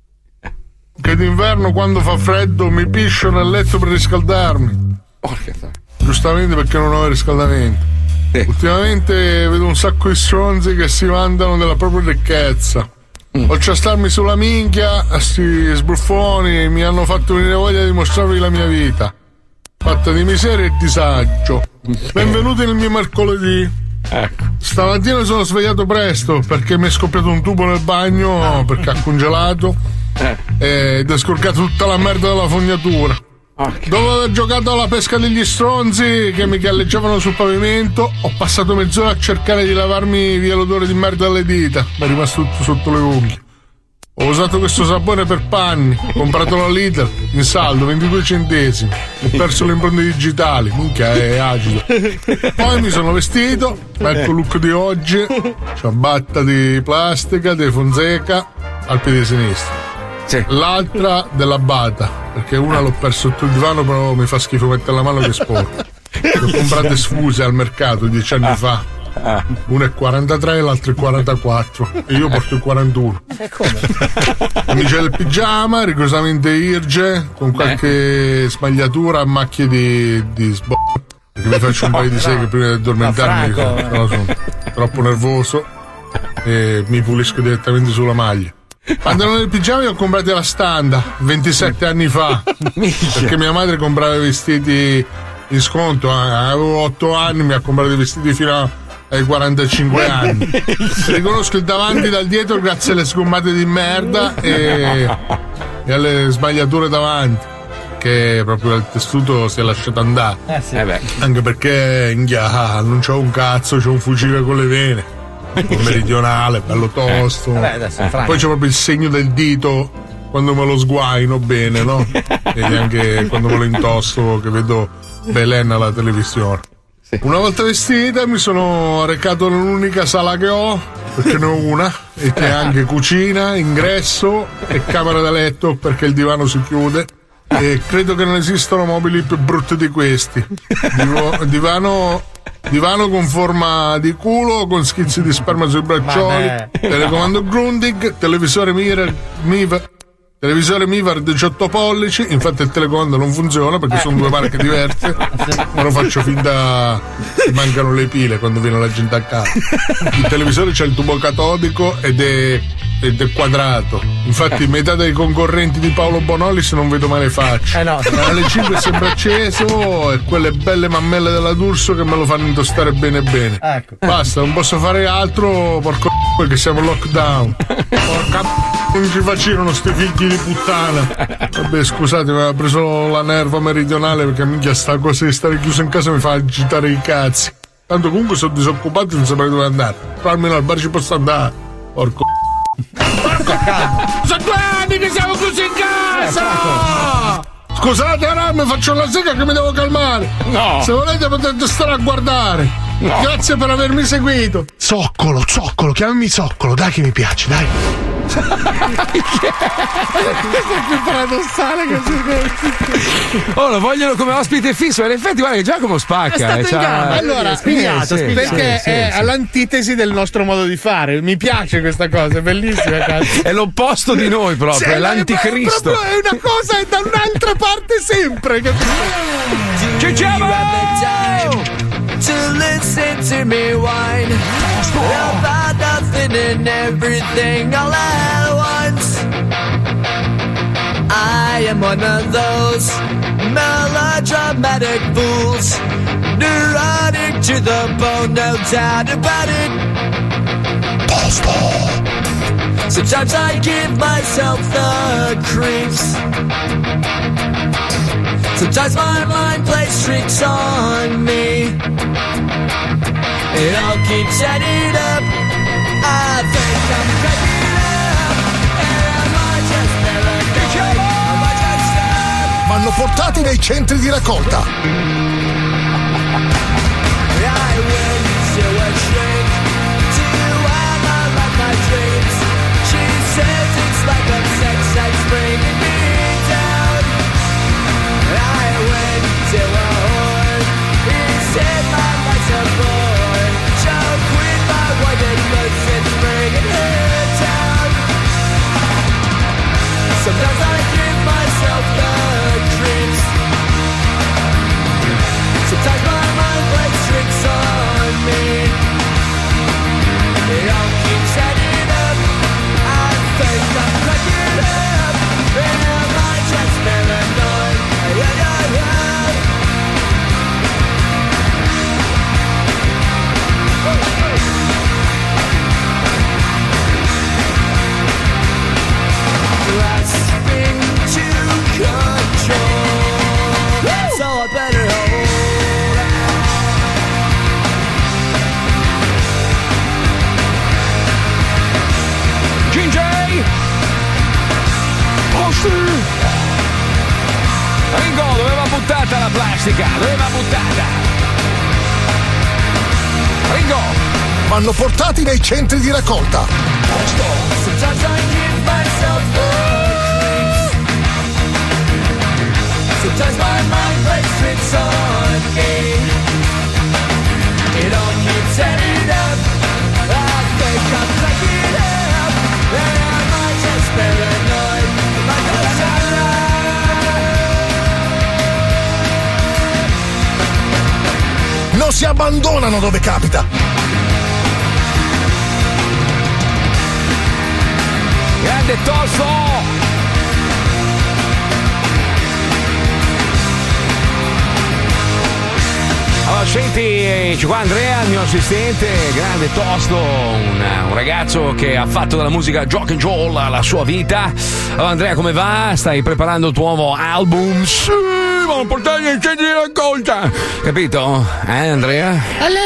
che d'inverno quando fa freddo mi piscio nel letto per riscaldarmi. Giustamente perché non ho il riscaldamento. Ultimamente vedo un sacco di stronzi che si mandano della propria ricchezza. Oltre a starmi sulla minchia, sti sbruffoni mi hanno fatto venire voglia di mostrarvi la mia vita, fatta di miseria e disagio. Benvenuti nel mio mercoledì. Ecco. Stamattina sono svegliato presto perché mi è scoppiato un tubo nel bagno perché ha congelato ed è scorcata tutta la merda della fognatura. Dopo aver giocato alla pesca degli stronzi che mi galleggiavano sul pavimento, ho passato mezz'ora a cercare di lavarmi via l'odore di merda alle dita, mi è rimasto tutto sotto le unghie. Ho usato questo sapone per panni, comprato la Lidl in saldo, 22 centesimi. Ho perso le impronte digitali, minchia è acido. Poi mi sono vestito, ecco il look di oggi, ciabatta di plastica, di Fonseca, al piede sinistro. L'altra della Bata, perché una l'ho perso sotto il divano, però mi fa schifo mettere la mano che è sporca. Le ho comprate sfuse al mercato 10 anni fa. Uno è 43 e l'altro è 44 e io porto il 41. Camicia del pigiama, rigorosamente irge, con qualche smagliatura a macchie di perché mi faccio un paio di seghe prima di addormentarmi, no, sono troppo nervoso e mi pulisco direttamente sulla maglia. Pantaloni del pigiama li ho comprati alla Standa 27 anni fa perché mia madre comprava i vestiti in sconto, avevo 8 anni, mi ha comprato i vestiti fino ai 45 anni. Riconosco il davanti dal dietro grazie alle sgommate di merda e alle sbagliature davanti, che proprio il tessuto si è lasciato andare. Anche perché non c'ho un cazzo, c'ho un fucile con le vene, un meridionale bello tosto. Poi c'è proprio il segno del dito quando me lo sguaino bene, no? E anche quando me lo intosto, che vedo Belen alla televisione. Una volta vestita mi sono recato nell'unica sala che ho, perché ne ho una, e che ha anche cucina, ingresso e camera da letto, perché il divano si chiude. E credo che non esistano mobili più brutti di questi. Divano con forma di culo, con schizzi di sperma sui braccioli, telecomando Grundig, televisore Mivar 18 pollici. Infatti il telecomando non funziona perché sono due marche diverse, ma lo faccio finta che mancano le pile quando viene la gente a casa. Il televisore c'ha il tubo catodico ed è quadrato. Infatti metà dei concorrenti di Paolo Bonolis non vedo mai le facce. Alle 5 è sempre acceso e quelle belle mammelle della D'Urso che me lo fanno intostare bene bene. Basta, non posso fare altro, porco perché siamo in lockdown. Porca non ci facevano sti figli di puttana. Vabbè, scusate, mi aveva preso la nerva meridionale perché minchia sta cosa di stare chiuso in casa mi fa agitare i cazzi. Tanto comunque sono disoccupato e non saprei dove andare. Però almeno al bar ci posso andare. Porco. Sono 2 anni che siamo chiusi in casa! Scusate, ora mi faccio la sega che mi devo calmare. No. Se volete potete stare a guardare. No. Grazie per avermi seguito. Zoccolo, chiamami Zoccolo, dai che mi piace, dai. Questo è più paradossale che lo vogliono come ospite fisso. In effetti, guarda che Giacomo spacca. È stato in gamba. Allora, spiegato, perché è all'antitesi del nostro modo di fare. Mi piace questa cosa, è bellissima. Cazzo. È l'opposto di noi proprio, è l'anticristo. È una cosa e da un'altra parte sempre. Ci siamo! To listen to me whine about nothing and everything all at once. I am one of those melodramatic fools, neurotic to the bone, no doubt about it. Sometimes I give myself the creeps. Sometimes my mind plays tricks on me. It all keeps adding up. I think I'm cracking up. Am I just paranoid? Am I just up? Vanno portati nei centri di raccolta. I went to a shrink to analyze my dreams. She says it's like a sex that's bringing me down. I went to a whore. He said my life's a bore. Choke with my white goods, it's bringing her down. Sometimes I give myself the creeps. Sometimes my mind plays tricks on me. It all keeps adding up. I think I'm cracking up. Am I just paranoid? Grasping to control, so I better hold out. Ginger! Oh sì! Ringo, dove va buttata la plastica? Dove va buttata? Ringo! Vanno portati nei centri di raccolta. Sometimes I give myself the creeps. Sometimes my mind plays tricks on me. It all keeps adding up. I think I'm cracking up. Am I just paranoid? Am I just Non si abbandonano dove capita. Grande Tosso! Senti, qua Andrea, il mio assistente, grande, tosto, un ragazzo che ha fatto della musica rock and roll la sua vita. Allora Andrea, come va? Stai preparando il tuo nuovo album? Sì, ma non portare nei centri di raccolta. Capito? Andrea?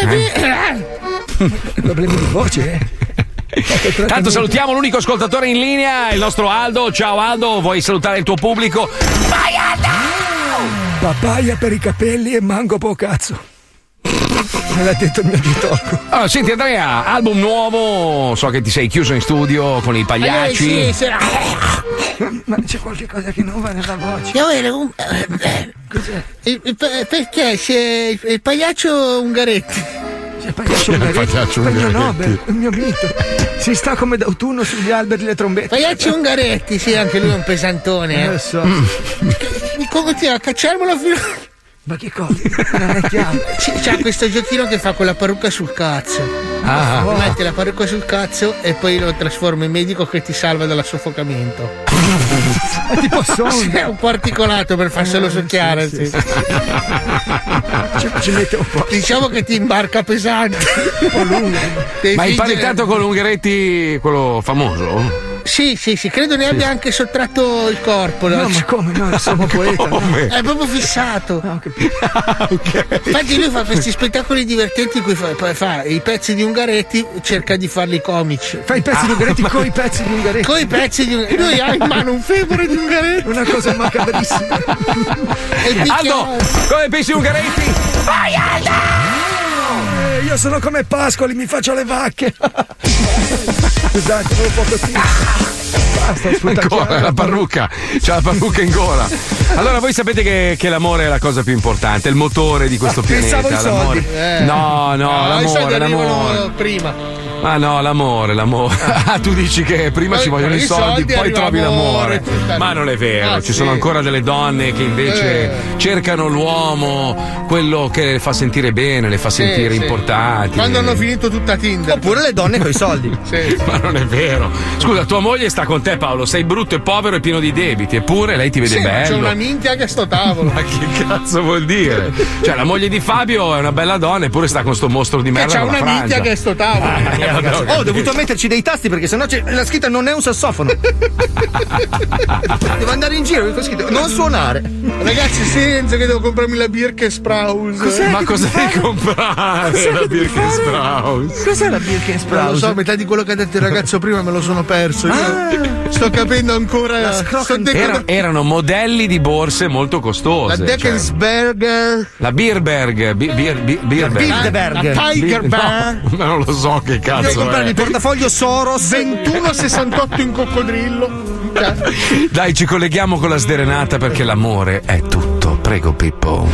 Problemi di voce, Tanto salutiamo l'unico ascoltatore in linea, il nostro Aldo. Ciao Aldo, vuoi salutare il tuo pubblico? Vai Aldo! Papaya per i capelli e mango po' cazzo. Me l'ha detto il mio dietologo. Allora, senti Andrea, album nuovo, so che ti sei chiuso in studio con i pagliacci. Sì. Ma c'è qualche cosa che non va nella voce. Cos'è? Perché c'è il pagliaccio Ungaretti. C'è il pagliaccio Ungaretti. Premio Nobel, il mio mito. Si sta come d'autunno sugli alberi le trombette. Pagliaccio Ungaretti, sì, anche lui è un pesantone. Lo so. Mi continua a cacciarmelo fino. Ma che cosa? Non è chiaro. C'ha questo giochino che fa con la parrucca sul cazzo. Mette la parrucca sul cazzo e poi lo trasforma in medico che ti salva dal soffocamento. È tipo sonda. È un po' articolato per farselo succhiare. Sì. Ci mette un po'. Diciamo che ti imbarca pesante. Un po' lungo. Ma hai imparentato con Ungaretti, quello famoso? Sì, credo ne abbia anche sottratto il corpo. No, ma come? No, sono poeta. No. È proprio fissato. Okay. Infatti lui fa questi spettacoli divertenti in cui fa i pezzi di Ungaretti, cerca di farli comici. Fa i pezzi di Ungaretti coi pezzi di Ungaretti. Coi pezzi di Ungaretti. Lui ha in mano un febbre di Ungaretti. Una cosa macabrissima. Aldo, come pensi Ungaretti? Vai Aldo! Io sono come Pascoli, mi faccio le vacche. Scusate, non lo può così. Basta, ancora la parrucca, c'ha la parrucca in gola. Allora voi sapete che l'amore è la cosa più importante, il motore di questo pianeta. Pensavo i soldi. No, l'amore, i soldi arrivano l'amore. prima. Ma no, l'amore. Tu dici che prima ci vogliono i soldi, poi trovi l'amore. Ma non è vero, ci sono ancora delle donne che invece cercano l'uomo, quello che le fa sentire bene, le fa sentire importanti. Quando hanno finito tutta Tinder. Oppure le donne coi soldi. Sì. Ma non è vero. Scusa, tua moglie sta con te, Paolo, sei brutto e povero e pieno di debiti, eppure lei ti vede bello. C'è una minchia che sto tavolo. Ma che cazzo vuol dire? Cioè, la moglie di Fabio è una bella donna, eppure sta con sto mostro di merda. C'è una minchia che sto tavolo. Ho dovuto metterci dei tasti perché sennò la scritta non è un sassofono. Devo andare in giro con scritto non suonare. Ragazzi, senza che devo comprarmi la Birkenstrauss. Ma cosa devi comprare? La Birkenstrauss. Cos'è la Birkenstrauss? Non lo so, metà di quello che ha detto il ragazzo prima me lo sono perso. Sto capendo ancora. Erano modelli di borse molto costose. La Deckensberger. La Bierberg. La Tigerberg. Ma non lo so che cazzo. Devi comprare il portafoglio Soros 21,68 in coccodrillo. Dai, ci colleghiamo con la sderenata perché l'amore è tutto. Prego Pippo.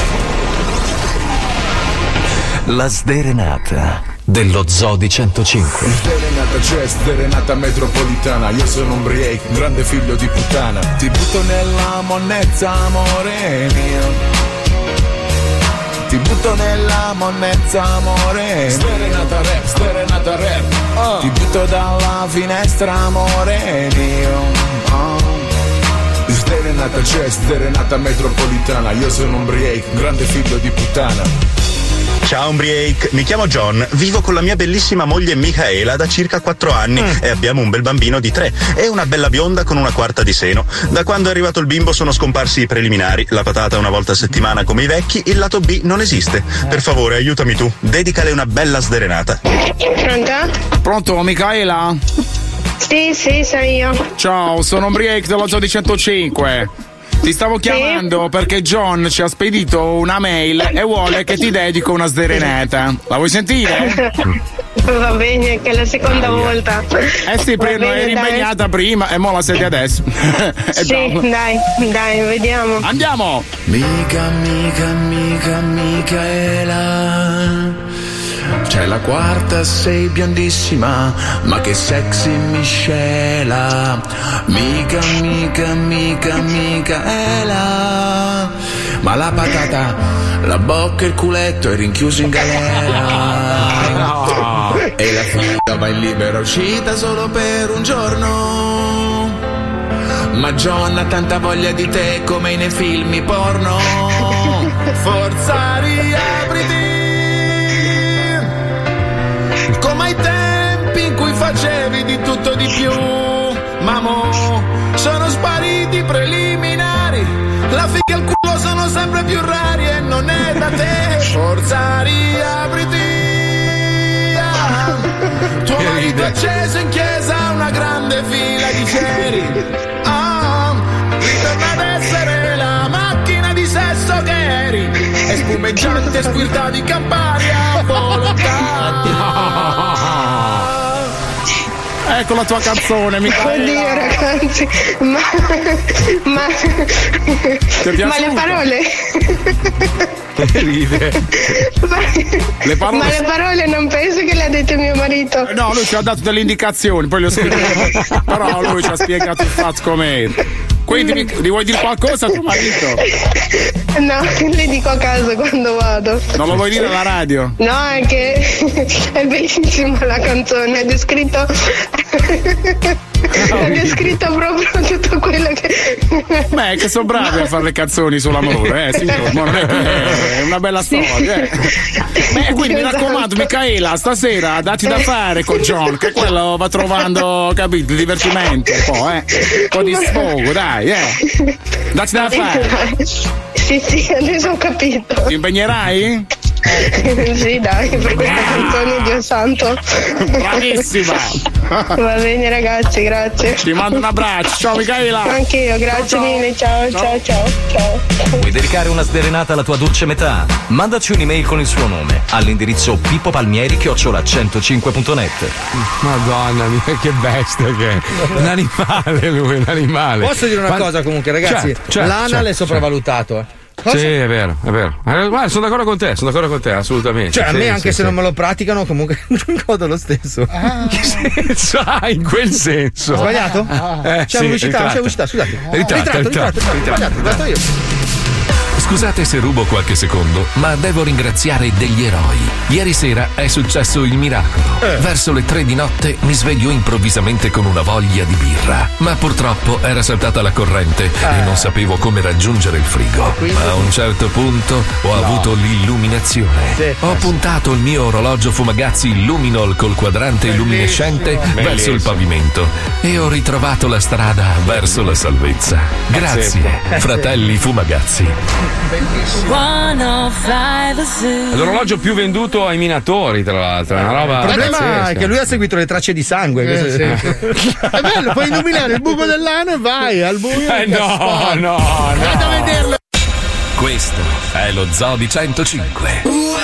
La sderenata dello Zodi 105. Sderenata c'è, sderenata metropolitana. Io sono un break, grande figlio di puttana. Ti butto nella monnezza, amore mio. Ti butto nella monnezza, amore. Sderenata rap. Ti butto dalla finestra, amore mio. Sderenata c'è, sderenata metropolitana. Io sono un break, grande figlio di puttana. Ciao Umbriake, mi chiamo John, vivo con la mia bellissima moglie Michaela da circa 4 anni e abbiamo un bel bambino di 3 e una bella bionda con una quarta di seno. Da quando è arrivato il bimbo sono scomparsi i preliminari, la patata una volta a settimana come i vecchi, il lato B non esiste. Per favore aiutami tu, dedicale una bella sderenata. Pronto? Pronto, Michaela? Sì, sono io. Ciao, sono Umbriake dello Zodi 105. Ti stavo chiamando perché John ci ha spedito una mail e vuole che ti dedico una sderenata. La vuoi sentire? Va bene, che è la seconda volta. Sì, eri impegnata prima e mo la senti adesso. Sì, dai, vediamo. Andiamo! Michaela. C'è la quarta, sei biondissima, ma che sexy miscela. Michaela. Ma la patata, la bocca e il culetto è rinchiuso in galera. E la figlia va in libera uscita solo per un giorno. Ma John ha tanta voglia di te come nei film porno. forza riapriti, come ai tempi in cui facevi di tutto di più, ma mo sono spariti i preliminari, la figa e il culo sono sempre più rari e non è da te, forza riapriti. Tuo marito è acceso in chiesa una grande fila di ceri, ritorna ad essere la macchina di sesso che eri, e spumeggiante squirtavi Campari a volontà. Ecco la tua canzone, Oddio ragazzi, ma le parole ride. Le parole... Ma le parole non penso che le ha dette mio marito. No, lui ci ha dato delle indicazioni, poi le ho scritte. Però lui ci ha spiegato il fatto com'è. Quindi gli vuoi dire qualcosa a tuo marito? No, le dico a casa quando vado. Non lo vuoi dire alla radio? No, è che è bellissima la canzone, ha descritto proprio tutto quello che. Beh, che sono bravi a fare le canzoni sull'amore, signor, ma non è una bella storia. Beh, quindi mi raccomando, Micaela, stasera dati da fare con John, che quello va trovando, capito, il divertimento un po', un po' di sfogo, dai, dati da fare. Sì, adesso ho capito. Ti impegnerai? Sì, dai, per questa canzone, Dio santo. Bravissima. Va bene ragazzi, grazie. Ti mando un abbraccio, ciao Micaela. Anch'io, grazie mille, ciao. Vuoi dedicare una sderenata alla tua dolce metà? Mandaci un'email con il suo nome all'indirizzo pippopalmieri@105.net. Madonna mia, che bestia che è. Un animale lui, un animale. Posso dire una cosa comunque, ragazzi? L'anal è sopravvalutato. Sì, è vero. Guarda, sono d'accordo con te, assolutamente. Cioè, a me, anche se non me lo praticano, comunque godo lo stesso. Che senso? In quel senso. Sbagliato? C'è pubblicità, scusate. Ritratto io. Scusate se rubo qualche secondo, ma devo ringraziare degli eroi. Ieri sera è successo il miracolo. Verso le 3 di notte mi sveglio improvvisamente con una voglia di birra, ma purtroppo era saltata la corrente e non sapevo come raggiungere il frigo. Ma a un certo punto ho avuto l'illuminazione. Ho puntato il mio orologio Fumagazzi Luminol col quadrante luminescente verso il pavimento e ho ritrovato la strada verso la salvezza. Grazie, fratelli Fumagazzi. L'orologio più venduto ai minatori, tra l'altro. È una roba. Il problema è che lui ha seguito le tracce di sangue. È bello, puoi illuminare il buco dell'ano e vai al buio. No. Vai a vederlo. Questo è lo Zoo di 105.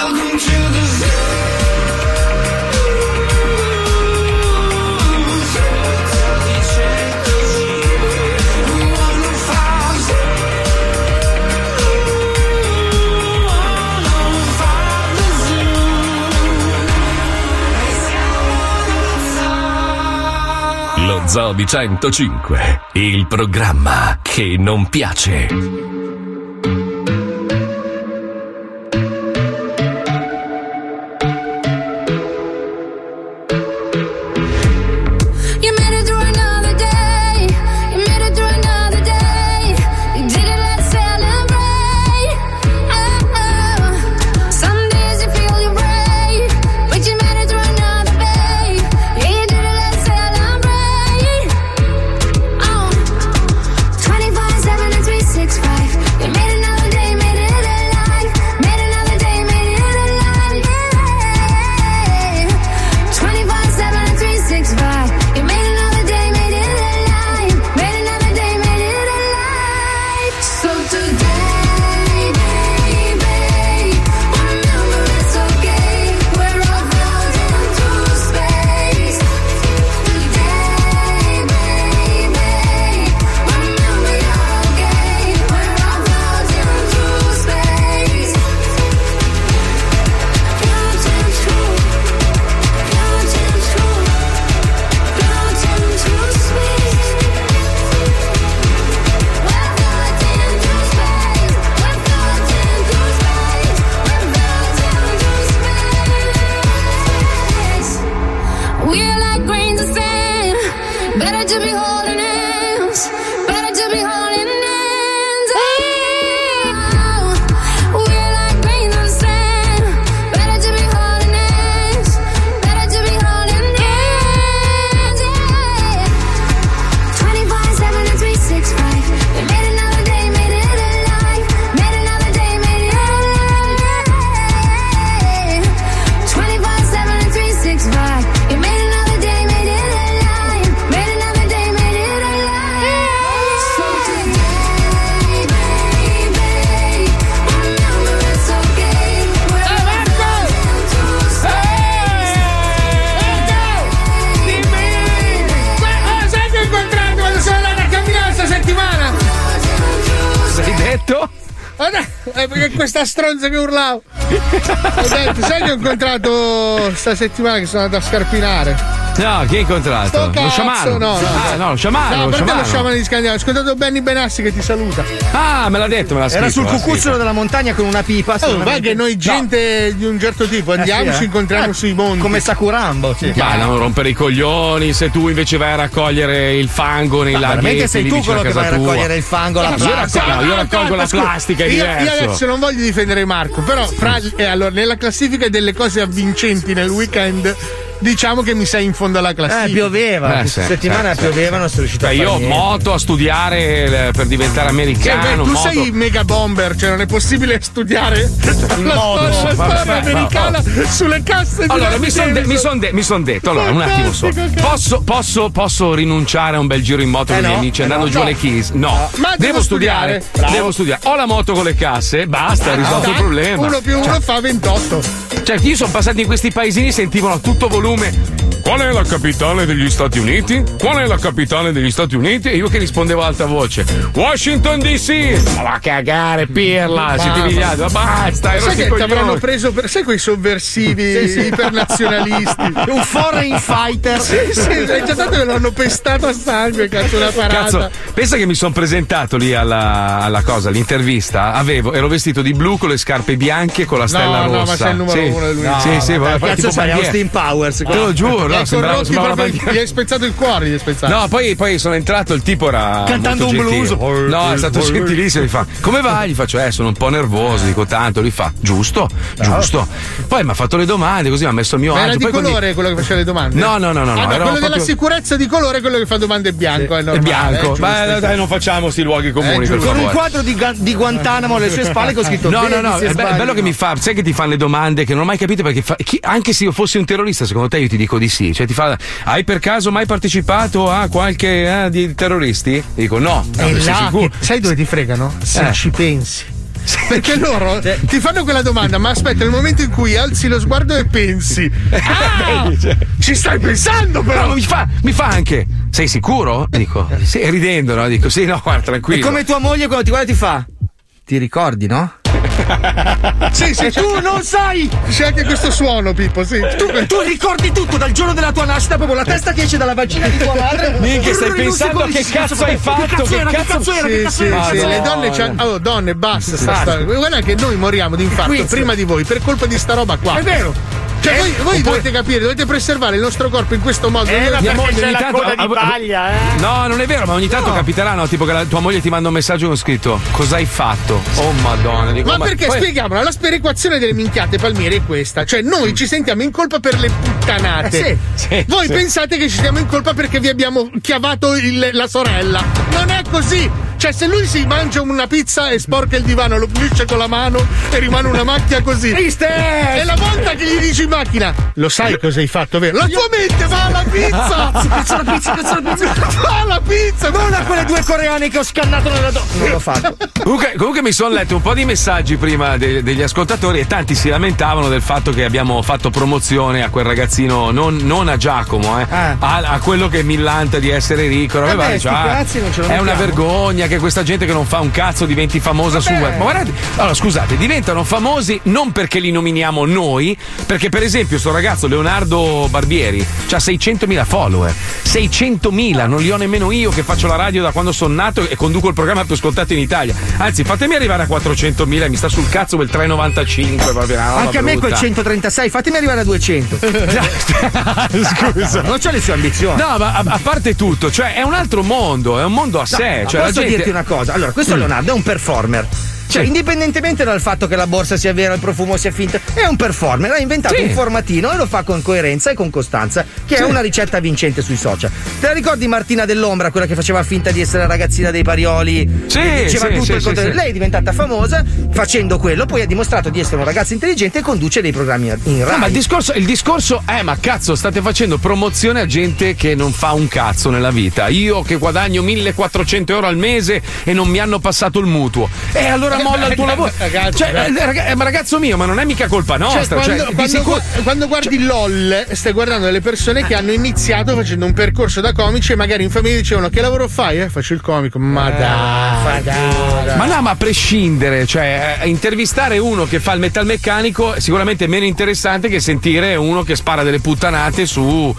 Lo Zoo di 105, il programma che non piace. è perché questa stronza che urlavo. Ho detto, sai che ho incontrato sta settimana che sono andato a scarpinare? No, chi hai incontrato? Lo sciamano? No, lo sciamano. No, lo perché sciamano. lo sciamano di Scandinavia? Ho scontato Benny Benassi che ti saluta. Ah, me l'ha detto, me l'ha scritto. Era sul me l'ha cucuzzolo scritto. della montagna con una pipa. Va che noi gente di un certo tipo andiamo, ci incontriamo sui monti. Come Sakurambo, sì. Ma non rompere i coglioni se tu invece vai a raccogliere il fango nei laghetti. Veramente sei tu quello che vai a raccogliere il fango, la plastica. Io raccolgo la plastica, è diverso. Io adesso non voglio difendere Marco, però allora, nella classifica delle cose avvincenti nel weekend, diciamo che mi sei in fondo alla classifica. Pioveva, questa settimana pioveva, non sono riuscito a fare io niente. moto a studiare per diventare americano. Tu moto. sei mega bomber, cioè non è possibile studiare la storia americana sulle casse di allora mi son detto allora un attimo solo posso rinunciare a un bel giro in moto con i miei amici andando giù alle Keys? No, ma devo studiare. Ho la moto con le casse, basta, risolto il problema. 1 più 1 fa 28. Cioè, io sono passato in questi paesini, sentivano a tutto volume. Qual è la capitale degli Stati Uniti? Qual è la capitale degli Stati Uniti? E io che rispondevo a alta voce: Washington DC! Ma va a cagare, pirla! Siete vigliati, ma basta! Sai che ti avranno preso per. Sai quei sovversivi ipernazionalisti? Un foreign fighter! Sì, già tanto che l'hanno pestato a sangue, cazzo, una parata. Cazzo, pensa che mi sono presentato lì alla cosa, all'intervista. Ero vestito di blu con le scarpe bianche con la stella rossa. No, ma sei il numero uno di lui. Sì, cazzo sei Austin Powers? Te lo giuro, no, sembrava gli hai spezzato il cuore, No, poi sono entrato, il tipo era cantando un blues. No, è stato gentilissimo, gli fa: come vai? Gli faccio: sono un po' nervoso, dico tanto, lui fa: giusto. Poi mi ha fatto le domande, così mi ha messo il mio agio. Era di poi colore quello che faceva le domande? No. Quello della sicurezza di colore è quello che fa domande bianco, è normale. Bianco. Dai, non facciamo sti luoghi comuni. Con un quadro di Guantanamo alle sue spalle che ho scritto: no, è bello che mi fa, sai che ti fanno le domande che non ho mai capito, perché anche se io fossi un terrorista, secondo te io ti dico di sì. Cioè ti fa: hai per caso mai partecipato a qualche di terroristi? Dico no. Sai dove ti fregano? Se ci pensi. Perché loro ti fanno quella domanda, ma aspetta, nel momento in cui alzi lo sguardo e pensi, ci stai pensando però. No, mi fa anche: sei sicuro? Dico sì, ridendo, no? Dico sì, no, guarda, tranquillo. È come tua moglie quando ti guarda ti fa: ti ricordi, no? Sì, tu non sai! C'è anche questo suono, Pippo, sì. Tu ricordi tutto dal giorno della tua nascita, proprio la testa che esce dalla vagina di tua madre. Minchia, stai pensando a che cazzo hai fatto? Che cazzo era? Sì, le donne c'hanno. Oh, donne, basta sta storia. Guarda che noi moriamo di infarto prima di voi per colpa di sta roba qua. È vero. Cioè, voi dovete capire, dovete preservare il nostro corpo in questo modo. Mia moglie c'è la coda di paglia, No, non è vero, ma ogni tanto capiterà, no? Tipo che la tua moglie ti manda un messaggio con scritto: cosa hai fatto? Oh madonna, dico, ma perché spieghiamola, la sperequazione delle minchiate palmieri è questa. Cioè, noi ci sentiamo in colpa per le puttanate. Voi pensate che ci siamo in colpa perché vi abbiamo chiavato la sorella. Non è così. Cioè, se lui si mangia una pizza e sporca il divano, lo pulisce con la mano e rimane una macchia così. E la volta che gli dici in macchina: lo sai cosa hai fatto, vero? La tua mente va alla pizza! Cazzo la pizza! Va alla pizza! Non a quelle due coreane che ho scannato nella non l'ho fatto. Comunque mi sono letto un po' di messaggi prima degli ascoltatori e tanti si lamentavano del fatto che abbiamo fatto promozione a quel ragazzino, non a Giacomo, a quello che millanta di essere ricco. È una vergogna che questa gente che non fa un cazzo diventi famosa sul web. Ma guardate, allora scusate, diventano famosi non perché li nominiamo noi, perché per esempio sto ragazzo Leonardo Barbieri ha 600.000 follower. 600.000, non li ho nemmeno io che faccio la radio da quando sono nato e conduco il programma più ascoltato in Italia. Anzi, fatemi arrivare a 400.000 e mi sta sul cazzo quel 3,95. Anche a me quel 136, fatemi arrivare a 200. Scusa, non c'ho le sue ambizioni. No, ma a parte tutto, cioè è un altro mondo, è un mondo a sé. Cioè, posso dirti una cosa? Allora, questo Leonardo è un performer. Cioè, indipendentemente dal fatto che la borsa sia vera, il profumo sia finto, è un performer, ha inventato un formatino e lo fa con coerenza e con costanza, che è una ricetta vincente sui social. Te la ricordi Martina Dell'Ombra, quella che faceva finta di essere la ragazzina dei Parioli? Diceva tutto il contrario. Lei è diventata famosa facendo quello, poi ha dimostrato di essere un ragazzo intelligente e conduce dei programmi in Rai. Ma il discorso è: ma cazzo, state facendo promozione a gente che non fa un cazzo nella vita. Io che guadagno 1.400 euro al mese e non mi hanno passato il mutuo. E allora molla il tuo lavoro. Ragazzo mio, ma non è mica colpa nostra. Quando guardi LOL, stai guardando delle persone che hanno iniziato facendo un percorso da comici e magari in famiglia dicevano: che lavoro fai? Faccio il comico. Ma dai. Ma no, ma a prescindere, cioè intervistare uno che fa il metalmeccanico è sicuramente meno interessante che sentire uno che spara delle puttanate non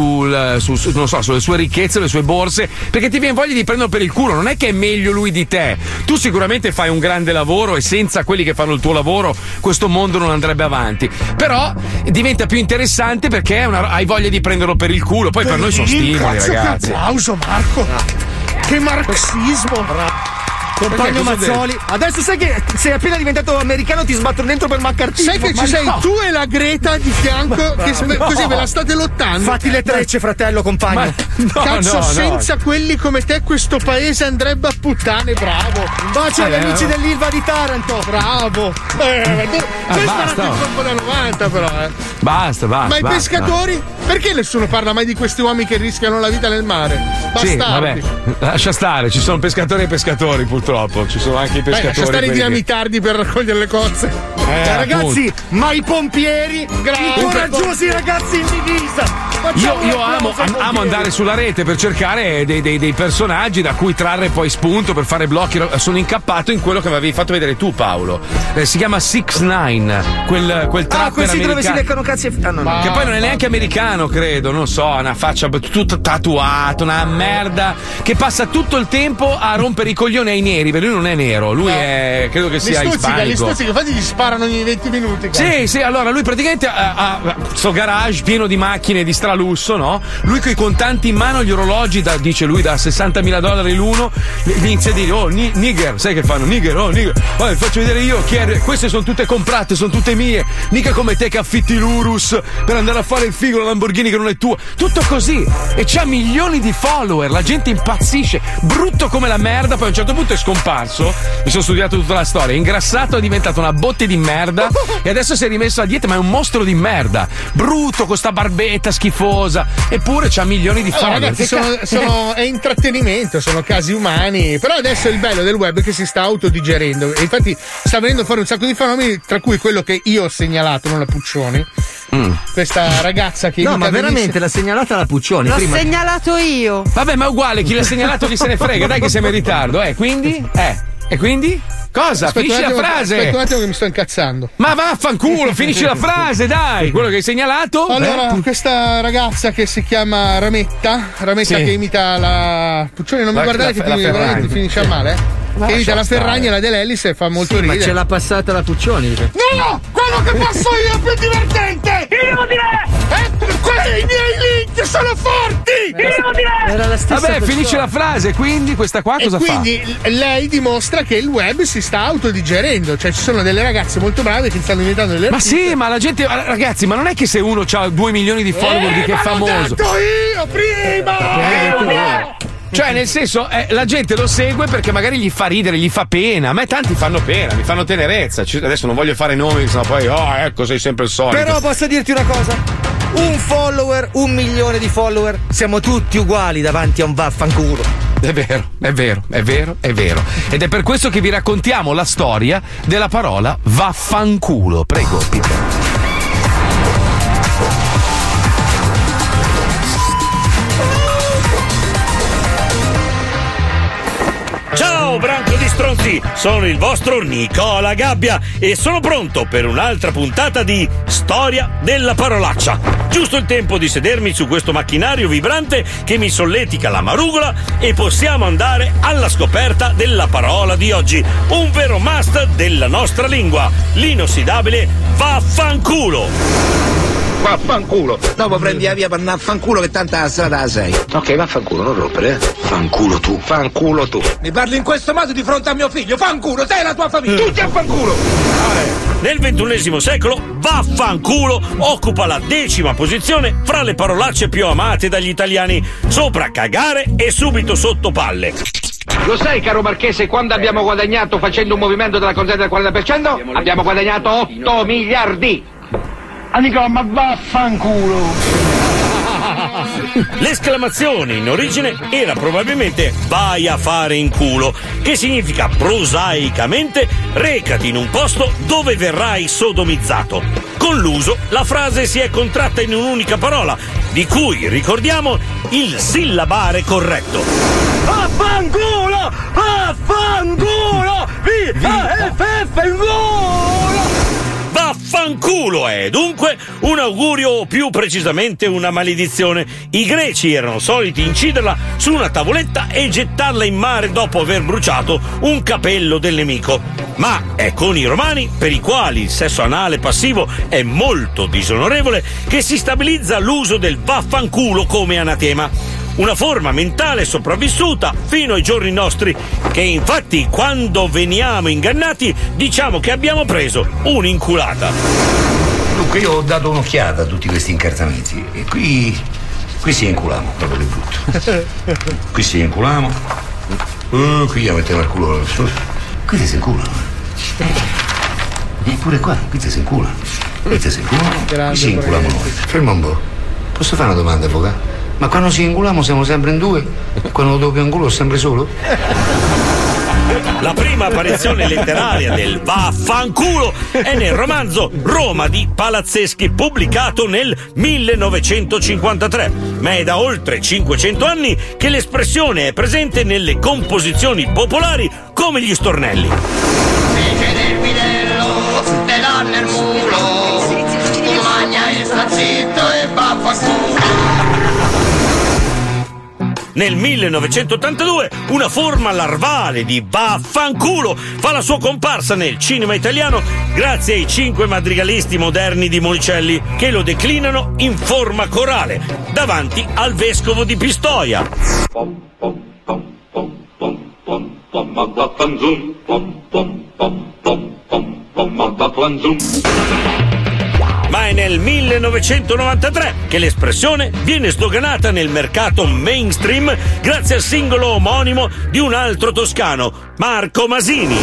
so, sulle sue ricchezze, le sue borse, perché ti viene voglia di prenderlo per il culo. Non è che è meglio lui di te. Tu sicuramente fai un grande lavoro e senza quelli che fanno il tuo lavoro questo mondo non andrebbe avanti. Però diventa più interessante perché hai voglia di prenderlo per il culo. Poi per noi sono stimoli, ragazzi. Che applauso, Marco. Che marxismo. Compagno Mazzoli, adesso sai che sei appena diventato americano, ti sbattono dentro per maccartismo. Sai che ci sei tu e la Greta di fianco, così ve la state lottando. Fatti le trecce, fratello, compagno. Cazzo, senza quelli come te questo paese andrebbe a puttane, bravo. Un bacio agli amici dell'Ilva di Taranto. Bravo. Tu hai sparato il colpo da 90 però. Basta. Ma i pescatori? Perché nessuno parla mai di questi uomini che rischiano la vita nel mare? Bastardi. Sì, vabbè, lascia stare, ci sono pescatori e pescatori purtroppo, ci sono anche i pescatori. Lascia stare i dinamitardi per raccogliere le cozze. Ragazzi, ma i pompieri, i coraggiosi ragazzi in divisa. Io amo andare sulla rete per cercare dei personaggi da cui trarre poi spunto per fare blocchi. Sono incappato in quello che mi avevi fatto vedere tu, Paolo. Si chiama 6ix9ine, quel trapper quel sito americano dove si leccano cazzi che poi non è neanche americano, credo, non so, ha una faccia tutta tatuata, una merda che passa tutto il tempo a rompere i coglioni ai neri, perché lui non è nero, lui è, credo che sia ispanico. Gli stuzzica, infatti gli sparano ogni 20 minuti. Sì, allora lui praticamente ha sto garage pieno di macchine di stralusso, no? Lui coi contanti in mano, gli orologi dice lui da $60.000 l'uno, inizia a dire: oh nigger, sai che fanno? Nigger. Poi faccio vedere io queste sono tutte comprate, sono tutte mie, mica come te che affitti l'Urus per andare a fare il figo, la Lamborghini che non è tua, tutto così, e c'ha milioni di follower, la gente impazzisce, brutto come la merda. Poi a un certo punto è scomparso, mi sono studiato tutta la storia, è ingrassato, è diventato una botte di merda e adesso si è rimesso a dieta, ma è un mostro di merda, brutto, con sta barbetta schifosa, eppure c'ha milioni di follower. Ragazzi, è intrattenimento, sono casi umani, però adesso il bello del web è che si sta autodigerendo e infatti sta venendo fuori un sacco di fenomeni, tra cui quello che io ho segnalato, non la Puccioni. Questa ragazza che no, ma veramente l'ha segnalata la Puccioni. L'ho segnalato io. Vabbè, ma è uguale, chi l'ha segnalato chi se ne frega, dai che siamo in ritardo, quindi? E quindi? Cosa? Finisci la frase! Aspetta un attimo che mi sto incazzando. Ma vaffanculo, finisci la frase, dai! Quello che hai segnalato? Allora, questa ragazza che si chiama Rametta sì, che imita la Puccioni, non mi guardare che ti finisce a male, che imita la Ferragni e la Dell'Ellis e fa molto ridere. Ma ce l'ha passata la Puccioni. No! Quello che passo io è più divertente! Io direi! I miei link sono forti! Io direi! Era la stessa Vabbè, finisce la frase, quindi questa qua cosa fa? Quindi lei dimostra che il web si sta autodigerendo, cioè ci sono delle ragazze molto brave che stanno diventando delle artiste. Ma sì, ma la gente, ragazzi, ma non è che se uno ha 2 milioni di follower di che è famoso. L'ho detto io prima! Cioè, nel senso, la gente lo segue perché magari gli fa ridere, gli fa pena. A me tanti fanno pena, mi fanno tenerezza. Adesso non voglio fare nomi, sennò poi, ecco, sei sempre il solito. Però posso dirti una cosa? Un follower, 1 milione di follower, siamo tutti uguali davanti a un vaffanculo. È vero. Ed è per questo che vi raccontiamo la storia della parola vaffanculo. Prego, Pippo. Ciao branco di stronzi, sono il vostro Nicola Gabbia e sono pronto per un'altra puntata di Storia della Parolaccia. Giusto il tempo di sedermi su questo macchinario vibrante che mi solletica la marugola e possiamo andare alla scoperta della parola di oggi, un vero must della nostra lingua, l'inossidabile vaffanculo. Vaffanculo, dopo prendi la via per andare a fanculo che tanta la strada la sei. Ok, vaffanculo, non rompere, Fanculo tu. Mi parli in questo modo di fronte a mio figlio, fanculo, te e la tua famiglia, tutti a fanculo. Nel XXI secolo, vaffanculo occupa la 10ª posizione fra le parolacce più amate dagli italiani, sopra cagare e subito sotto palle. Lo sai, caro Marchese, quando abbiamo guadagnato facendo un movimento della corrente del 40%? Abbiamo guadagnato 8 miliardi. Nicola, ma vaffanculo! L'esclamazione in origine era probabilmente vai a fare in culo, che significa prosaicamente recati in un posto dove verrai sodomizzato. Con l'uso la frase si è contratta in un'unica parola, di cui ricordiamo il sillabare corretto. Affanculo! Affanculo! V-A-F-F-Culo! Vaffanculo è dunque un augurio o più precisamente una maledizione. I greci erano soliti inciderla su una tavoletta e gettarla in mare dopo aver bruciato un capello del nemico. Ma è con i romani, per i quali il sesso anale passivo è molto disonorevole, che si stabilizza l'uso del vaffanculo come anatema. Una forma mentale sopravvissuta fino ai giorni nostri, che infatti quando veniamo ingannati diciamo che abbiamo preso un'inculata. Dunque io ho dato un'occhiata a tutti questi incartamenti e qui si inculamo, proprio che brutto. Qui si inculamo, qui gli mettiamo il culo, qui si inculano. E pure qua, qui si inculano. Qui si inculano, qui si inculamo noi. Ferma un po', posso fare una domanda, avvocato? Ma quando si inculamo siamo sempre in due? Quando dopo inculo sempre solo? La prima apparizione letteraria del vaffanculo è nel romanzo Roma di Palazzeschi, pubblicato nel 1953, ma è da oltre 500 anni che l'espressione è presente nelle composizioni popolari come gli stornelli. Fece del bidello, le donne il mulo, tu magna e sta zitto e vaffanculo. Nel 1982 una forma larvale di vaffanculo fa la sua comparsa nel cinema italiano grazie ai 5 madrigalisti moderni di Monicelli, che lo declinano in forma corale davanti al vescovo di Pistoia. Ma è nel 1993 che l'espressione viene sdoganata nel mercato mainstream grazie al singolo omonimo di un altro toscano, Marco Masini.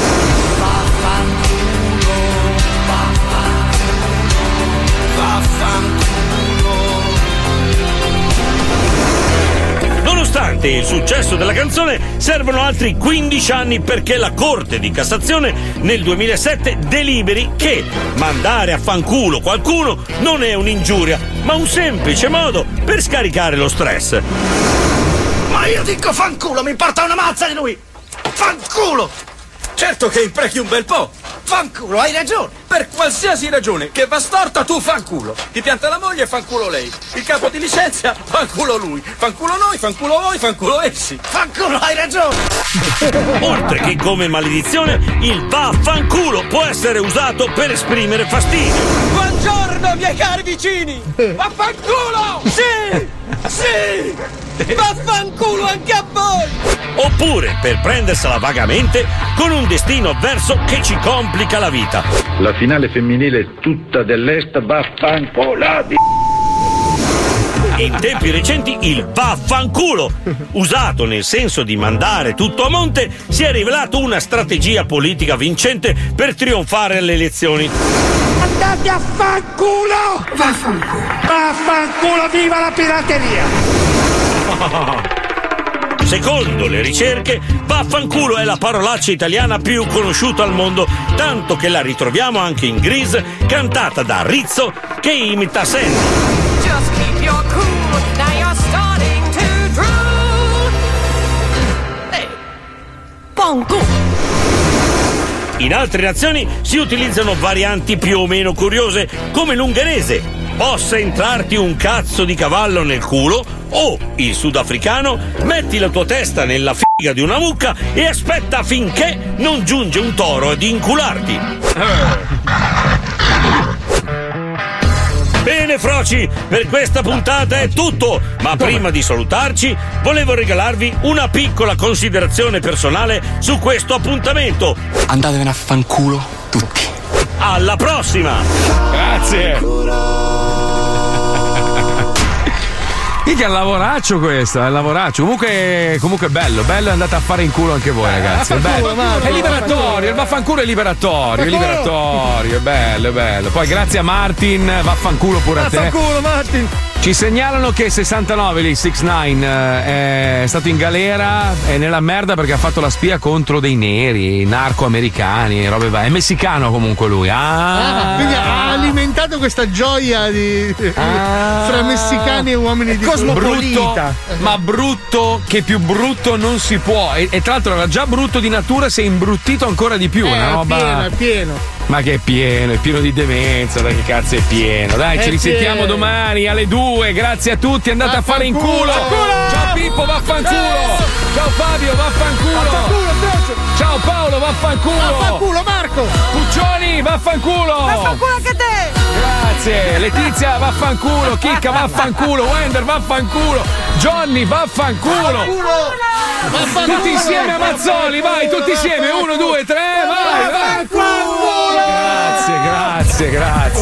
Nonostante il successo della canzone, servono altri 15 anni perché la Corte di Cassazione nel 2007 deliberi che mandare a fanculo qualcuno non è un'ingiuria, ma un semplice modo per scaricare lo stress. Ma io dico fanculo, mi importa una mazza di lui! Fanculo! Certo che imprechi un bel po'! Fanculo, hai ragione! Per qualsiasi ragione che va storta, tu fanculo! Ti pianta la moglie, fanculo lei! Il capo ti licenzia, fanculo lui! Fanculo noi, fanculo voi, fanculo essi! Fanculo, hai ragione! Oltre che come maledizione, il vaffanculo può essere usato per esprimere fastidio. Buongiorno, miei cari vicini! Vaffanculo! Sì! Sì! Vaffanculo anche a voi! Oppure per prendersela vagamente con un destino avverso che ci complica la vita. La finale femminile tutta dell'est, vaffanculati! In tempi recenti il vaffanculo, usato nel senso di mandare tutto a monte, si è rivelato una strategia politica vincente per trionfare alle elezioni. Andate a fanculo! Vaffanculo! Vaffanculo, viva la pirateria! Secondo le ricerche, vaffanculo è la parolaccia italiana più conosciuta al mondo, tanto che la ritroviamo anche in Grease, cantata da Rizzo, che imita Sandy. Just keep your cool, now you're starting to drool. Hey. Ponco. In altre nazioni si utilizzano varianti più o meno curiose, come l'ungherese, possa entrarti un cazzo di cavallo nel culo, o il sudafricano, metti la tua testa nella figa di una mucca e aspetta finché non giunge un toro ad incularti. Bene froci, per questa puntata è tutto, ma prima di salutarci volevo regalarvi una piccola considerazione personale su questo appuntamento. Andatevene a fanculo tutti. Alla prossima! Grazie! Mica è un lavoraccio questo, è un lavoraccio. Comunque bello, è andate a fare in culo anche voi, ragazzi. È bello. È liberatorio, il vaffanculo è liberatorio, è bello. Poi grazie a Martin, vaffanculo pure a te. Vaffanculo Martin. Ci segnalano che 69 lì, 6ix9ine, è stato in galera, è nella merda perché ha fatto la spia contro dei neri, narco-americani, robe varie. È messicano comunque lui. Quindi ha alimentato questa gioia fra messicani e uomini di cosmopolita. Ma brutto che più brutto non si può. E tra l'altro era già brutto di natura, si è imbruttito ancora di più. Una roba. È pieno. Ma che è pieno di demenza, dai, che cazzo è pieno. Dai, ci risentiamo domani alle 2. Grazie a tutti, andate a fare in culo. Ciao Pippo, vaffanculo. Ciao Fabio, vaffanculo. Ciao Paolo, vaffanculo. Vaffanculo Marco. Puccioni, vaffanculo. Vaffanculo anche te. Grazie. Letizia, vaffanculo. Chicca, vaffanculo. Wender, vaffanculo. Johnny, vaffanculo. Tutti insieme a Mazzoli, vai, tutti insieme. 1, 2, 3, vai. Vaffanculo. Grazie.